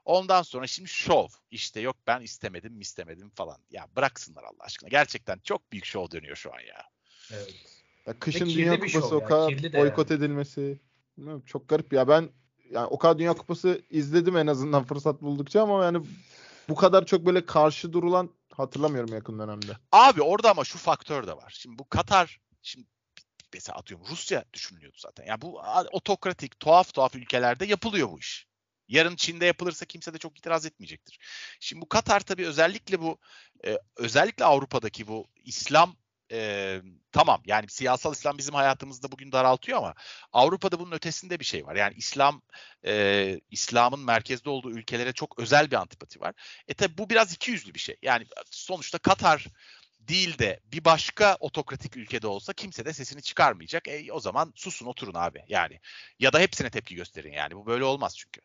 Ondan sonra şimdi şov. İşte yok ben istemedim mi istemedim falan. Ya bıraksınlar Allah aşkına. Gerçekten çok büyük şov dönüyor şu an ya. Evet. Ya kışın Ve Dünya kirli bir Kupası şov o ya, kadar kirli de boykot yani. edilmesi. Bilmiyorum, çok garip ya. Ben yani o kadar Dünya Kupası izledim en azından fırsat buldukça ama yani bu kadar çok böyle karşı durulan hatırlamıyorum yakın dönemde. Abi orada ama şu faktör de var. Şimdi bu Katar, şimdi mesela atıyorum Rusya düşünülüyordu zaten. Yani bu otokratik, tuhaf tuhaf ülkelerde yapılıyor bu iş. Yarın Çin'de yapılırsa kimse de çok itiraz etmeyecektir. Şimdi bu Katar tabii özellikle bu e, özellikle Avrupa'daki bu İslam e, tamam yani siyasal İslam bizim hayatımızda bugün daraltıyor ama Avrupa'da bunun ötesinde bir şey var. Yani İslam e, İslam'ın merkezde olduğu ülkelere çok özel bir antipati var. E tabii bu biraz ikiyüzlü bir şey. Yani sonuçta Katar değil de bir başka otokratik ülkede olsa kimse de sesini çıkarmayacak. E, o zaman susun oturun abi yani. Ya da hepsine tepki gösterin yani. Bu böyle olmaz çünkü.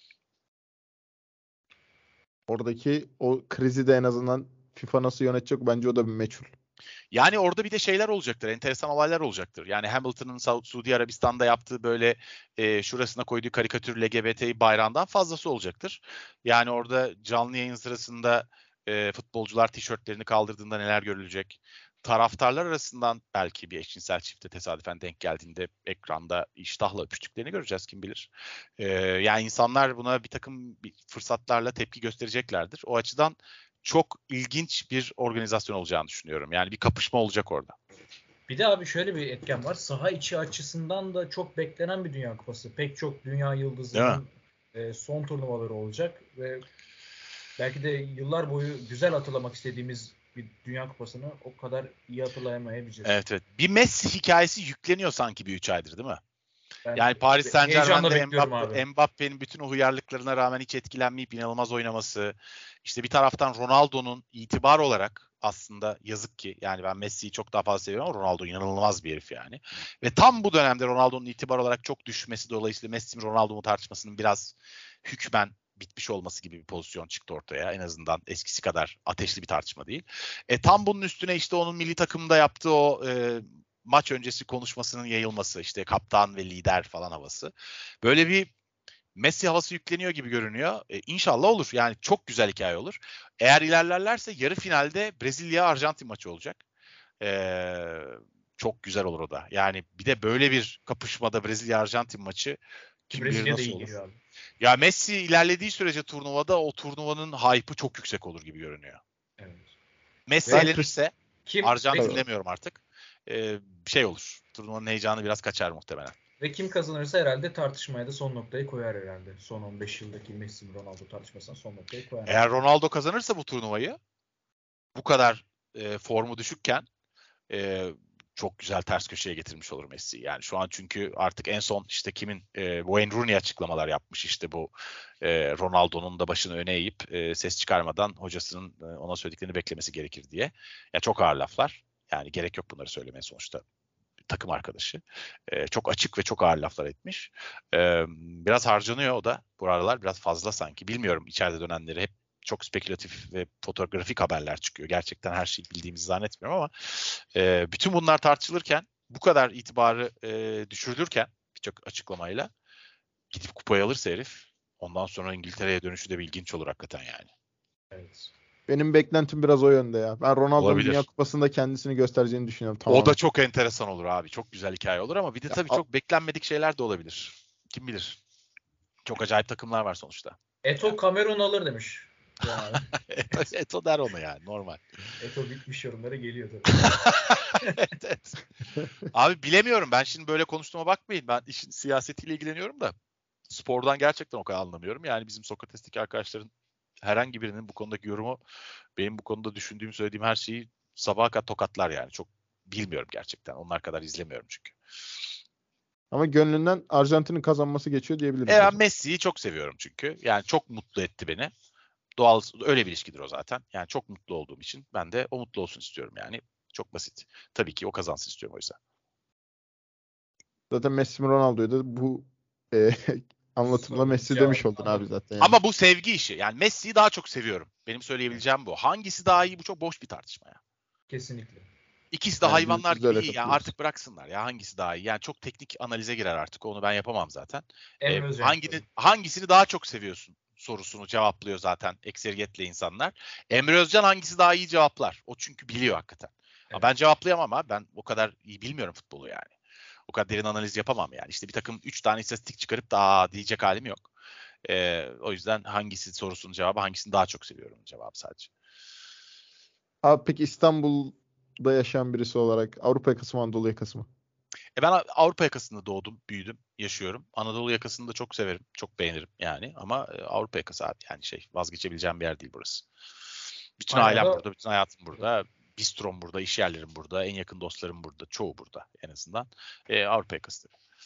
Oradaki o krizi de en azından FIFA nasıl yönetecek bence o da bir meçhul. Yani orada bir de şeyler olacaktır. Enteresan olaylar olacaktır. Yani Hamilton'ın Sa- Suudi Arabistan'da yaptığı böyle e, şurasına koyduğu karikatür L G B T bayrağından fazlası olacaktır. Yani orada canlı yayın sırasında e, futbolcular tişörtlerini kaldırdığında neler görülecek? Taraftarlar arasından belki bir eşcinsel çifte tesadüfen denk geldiğinde ekranda iştahla öpüştüklerini göreceğiz kim bilir. E, yani insanlar buna bir takım bir fırsatlarla tepki göstereceklerdir. O açıdan çok ilginç bir organizasyon olacağını düşünüyorum. Yani bir kapışma olacak orada. Bir de abi şöyle bir etken var. Saha içi açısından da çok beklenen bir Dünya Kupası. Pek çok dünya yıldızının e, son turnuvaları olacak ve belki de yıllar boyu güzel hatırlamak istediğimiz bir Dünya Kupası'nı o kadar iyi hatırlayamayabiliriz. Evet evet. Bir Messi hikayesi yükleniyor sanki bir üç aydır değil mi? Ben Yani Paris heyecanla Saint-Germain'de bekliyorum Mbappe, abi. Mbappe'nin bütün o hıyarlıklarına rağmen hiç etkilenmeyip inanılmaz oynaması. İşte bir taraftan Ronaldo'nun itibar olarak aslında yazık ki yani ben Messi'yi çok daha fazla seviyorum ama Ronaldo inanılmaz bir herif yani. Ve tam bu dönemde Ronaldo'nun itibar olarak çok düşmesi dolayısıyla Messi mi Ronaldo mu tartışmasının biraz hükmen bitmiş olması gibi bir pozisyon çıktı ortaya. En azından eskisi kadar ateşli bir tartışma değil. E, tam bunun üstüne işte onun milli takımda yaptığı o e, maç öncesi konuşmasının yayılması, işte kaptan ve lider falan havası. Böyle bir Messi havası yükleniyor gibi görünüyor. E, İnşallah olur. Yani çok güzel hikaye olur. Eğer ilerlerlerse yarı finalde Brezilya-Arjantin maçı olacak. Ee, çok güzel olur o da. Yani bir de böyle bir kapışmada Brezilya-Arjantin maçı Ki kim bilir Brezilya da nasıl iyi olur. geliyor abi. Ya Messi ilerlediği sürece turnuvada o turnuvanın hype'ı çok yüksek olur gibi görünüyor. Evet. Messi Ve elenirse kim Arjantin ve, demiyorum artık. Ee, şey olur. Turnuvanın heyecanı biraz kaçar muhtemelen. ve kim kazanırsa herhalde tartışmaya da son noktayı koyar herhalde. Son on beş yıldaki Messi Ronaldo tartışmasına son noktayı koyar. Eğer Ronaldo kazanırsa bu turnuvayı bu kadar e, formu düşükken e, çok güzel ters köşeye getirmiş olur Messi. Yani şu an çünkü artık en son işte kimin e, Wayne Rooney açıklamalar yapmış işte bu e, Ronaldo'nun da başını öne eğip e, ses çıkarmadan hocasının e, ona söylediklerini beklemesi gerekir diye. Ya çok ağır laflar. Yani gerek yok bunları söylemeye sonuçta takım arkadaşı. E, çok açık ve çok ağır laflar etmiş. E, biraz harcanıyor o da bu aralar. Biraz fazla sanki. Bilmiyorum içeride dönenleri hep çok spekülatif ve fotoğrafik haberler çıkıyor. Gerçekten her şeyi bildiğimizi zannetmiyorum ama e, bütün bunlar tartışılırken bu kadar itibarı e, düşürülürken birçok açıklamayla gidip kupayı alırsa herif ondan sonra İngiltere'ye dönüşü de bir ilginç olur hakikaten yani. Evet. Benim beklentim biraz o yönde ya. Ben Ronaldo'nun Dünya Olabilir. Kupası'nda kendisini göstereceğini düşünüyorum O tamamen. da çok enteresan olur abi. Çok güzel hikaye olur ama bir de Ya, tabii a- çok beklenmedik şeyler de olabilir. Kim bilir. Çok acayip takımlar var sonuçta. Eto Kamerun alır demiş. Can abi. Eto, Eto der ona yani normal. Eto bitmiş yorumlara geliyor tabii. evet, evet. Abi bilemiyorum. Ben şimdi böyle konuştuğuma bakmayın. Ben işin siyasetiyle ilgileniyorum da spordan gerçekten o kadar anlamıyorum. Yani bizim Sokrates'teki arkadaşların herhangi birinin bu konudaki yorumu benim bu konuda düşündüğüm, söylediğim her şeyi sabaha kadar tokatlar yani. Çok bilmiyorum gerçekten. Onlar kadar izlemiyorum çünkü. Ama gönlünden Arjantin'in kazanması geçiyor diyebiliriz. E ben Messi'yi çok seviyorum çünkü. Yani çok mutlu etti beni. Doğal öyle bir ilişkidir o zaten. Yani çok mutlu olduğum için ben de o mutlu olsun istiyorum yani. Çok basit. Tabii ki o kazansın istiyorum o yüzden. Zaten Messi mi Ronaldo'yu da bu e, anlatımla Sorunun Messi demiş cevabını oldun abi anladım. zaten yani. Ama bu sevgi işi. Yani Messi'yi daha çok seviyorum. Benim söyleyebileceğim bu. Hangisi daha iyi bu çok boş bir tartışma ya. Kesinlikle. İkisi de Aynen, biz, hayvanlar biz de gibi öyle iyi. Yani katılıyoruz. artık bıraksınlar ya hangisi daha iyi. Yani çok teknik analize girer artık. Onu ben yapamam zaten. Ee, Emre Özcan hangini, yapıyordu. hangisini daha çok seviyorsun? sorusunu cevaplıyor zaten ekseriyetle insanlar. Emre Özcan hangisi daha iyi cevaplar? O çünkü biliyor hakikaten. Evet. Ha, ben cevaplayamam ama ben o kadar iyi bilmiyorum futbolu yani. O kadar derin analiz yapamam yani. İşte bir takım üç tane istatistik çıkarıp daha diyecek halim yok. Ee, o yüzden hangisi sorusunun cevabı, hangisini daha çok seviyorum cevabı sadece. Abi peki İstanbul'da yaşayan birisi olarak Avrupa yakası mı Anadolu yakası mı? E ben Avrupa yakasında doğdum, büyüdüm, yaşıyorum. Anadolu yakasını da çok severim, çok beğenirim yani. Ama Avrupa yakası abi yani şey vazgeçebileceğim bir yer değil burası. Bütün Aynen ailem da... burada, bütün hayatım burada. Bistrom burada, iş yerlerim burada, en yakın dostlarım burada, çoğu burada en azından. E, Avrupa yakası.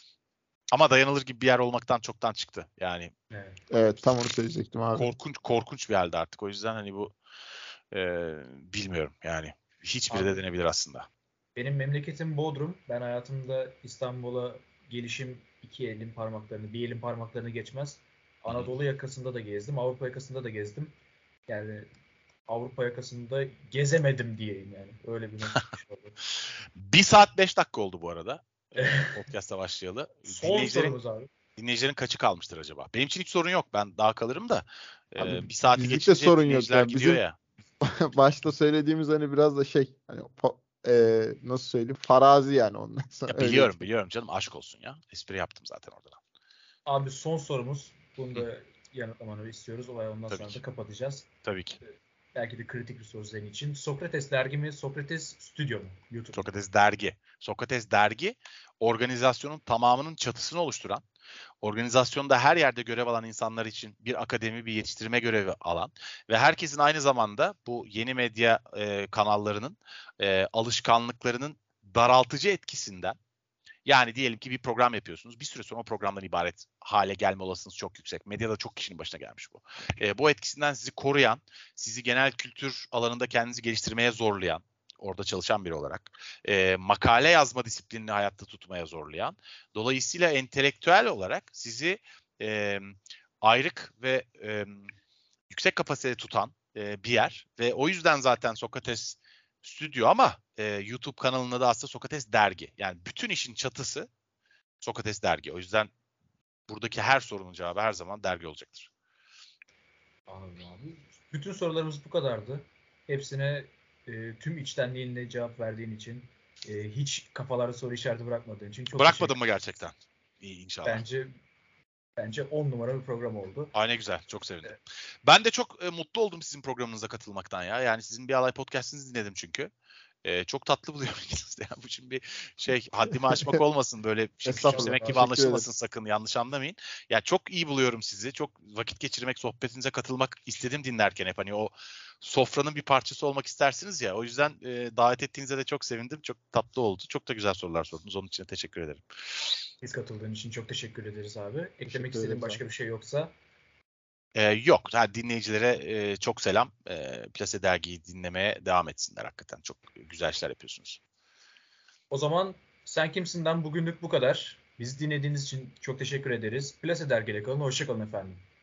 Ama dayanılır gibi bir yer olmaktan çoktan çıktı. Yani evet, evet tam onu söyleyecektim abi. Korkunç korkunç bir halde artık. O yüzden hani bu e, bilmiyorum yani. Hiçbiri abi, de denebilir aslında. Benim memleketim Bodrum. Ben hayatımda İstanbul'a gelişim iki elin parmaklarını, bir elin parmaklarını geçmez. Anadolu Hı-hı. yakasında da gezdim, Avrupa yakasında da gezdim. Yani Avrupa yakasında gezemedim diyeyim yani. Öyle bir not çıkmış oldu. Bir saat beş dakika oldu bu arada. Podcast'a başlayalı. Son dinleyicilerin, sorumuz abi. Dinleyicilerin kaçı kalmıştır acaba? Benim için hiç sorun yok. Ben daha kalırım da. Abi, e, bir saati geçince sorun dinleyiciler yok ya. gidiyor Bizim ya. başta söylediğimiz hani biraz da şey hani e, nasıl söyleyeyim farazi yani ondan sonra. Ya biliyorum biliyorum canım aşk olsun ya. Espri yaptım zaten orada. Abi son sorumuz. Bunu da yanıtlamanı istiyoruz. Olay ondan Tabii sonra ki. da kapatacağız. Tabii ki. Belki de kritik bir soru senin için. Sokrates dergi mi? Sokrates stüdyo mu? YouTube. Sokrates dergi. Sokrates dergi organizasyonun tamamının çatısını oluşturan, organizasyonda her yerde görev alan insanlar için bir akademi, bir yetiştirme görevi alan ve herkesin aynı zamanda bu yeni medya e, kanallarının e, alışkanlıklarının daraltıcı etkisinden, yani diyelim ki bir program yapıyorsunuz. Bir süre sonra o programdan ibaret hale gelme olasılığınız çok yüksek. Medyada çok kişinin başına gelmiş bu. E, bu etkisinden sizi koruyan, sizi genel kültür alanında kendinizi geliştirmeye zorlayan, orada çalışan biri olarak, e, makale yazma disiplinini hayatta tutmaya zorlayan, dolayısıyla entelektüel olarak sizi e, ayrık ve e, yüksek kapasitede tutan e, bir yer. Ve o yüzden zaten Sokrates stüdyo ama e, YouTube kanalında da aslında Sokrates dergi. Yani bütün işin çatısı Sokrates dergi. O yüzden buradaki her sorunun cevabı her zaman dergi olacaktır. Anladım abi. Bütün sorularımız bu kadardı. Hepsine e, tüm içtenliğinle cevap verdiğin için, e, hiç kafalarda soru işareti bırakmadığın için çok Bırakmadın mı gerçekten? İyi inşallah. Bence bence on numara bir program oldu. Ay ne güzel. Çok sevindim. Evet. Ben de çok e, mutlu oldum sizin programınıza katılmaktan ya. Yani sizin bir alay podcast'inizi dinledim çünkü. Ee, çok tatlı buluyorum ikiniz de. Yani bu şimdi bir şey haddimi aşmak olmasın, böyle küçümsemek gibi anlaşılmasın sakın, yanlış anlamayın. Ya yani çok iyi buluyorum sizi. Çok vakit geçirmek, sohbetinize katılmak istedim dinlerken hep. Hani o sofranın bir parçası olmak istersiniz ya. O yüzden e, davet ettiğinize de çok sevindim. Çok tatlı oldu. Çok da güzel sorular sordunuz. Onun için teşekkür ederim. Biz katıldığın için çok teşekkür ederiz abi. Eklemek istediğin başka bir şey yoksa? Ee, yok. Yani dinleyicilere e, çok selam. E, Plase Dergi'yi dinlemeye devam etsinler. Hakikaten çok güzel işler yapıyorsunuz. O zaman Sen Kimsin'den bugünlük bu kadar. Bizi dinlediğiniz için çok teşekkür ederiz. Plase Dergi'yle kalın. Hoşça kalın efendim.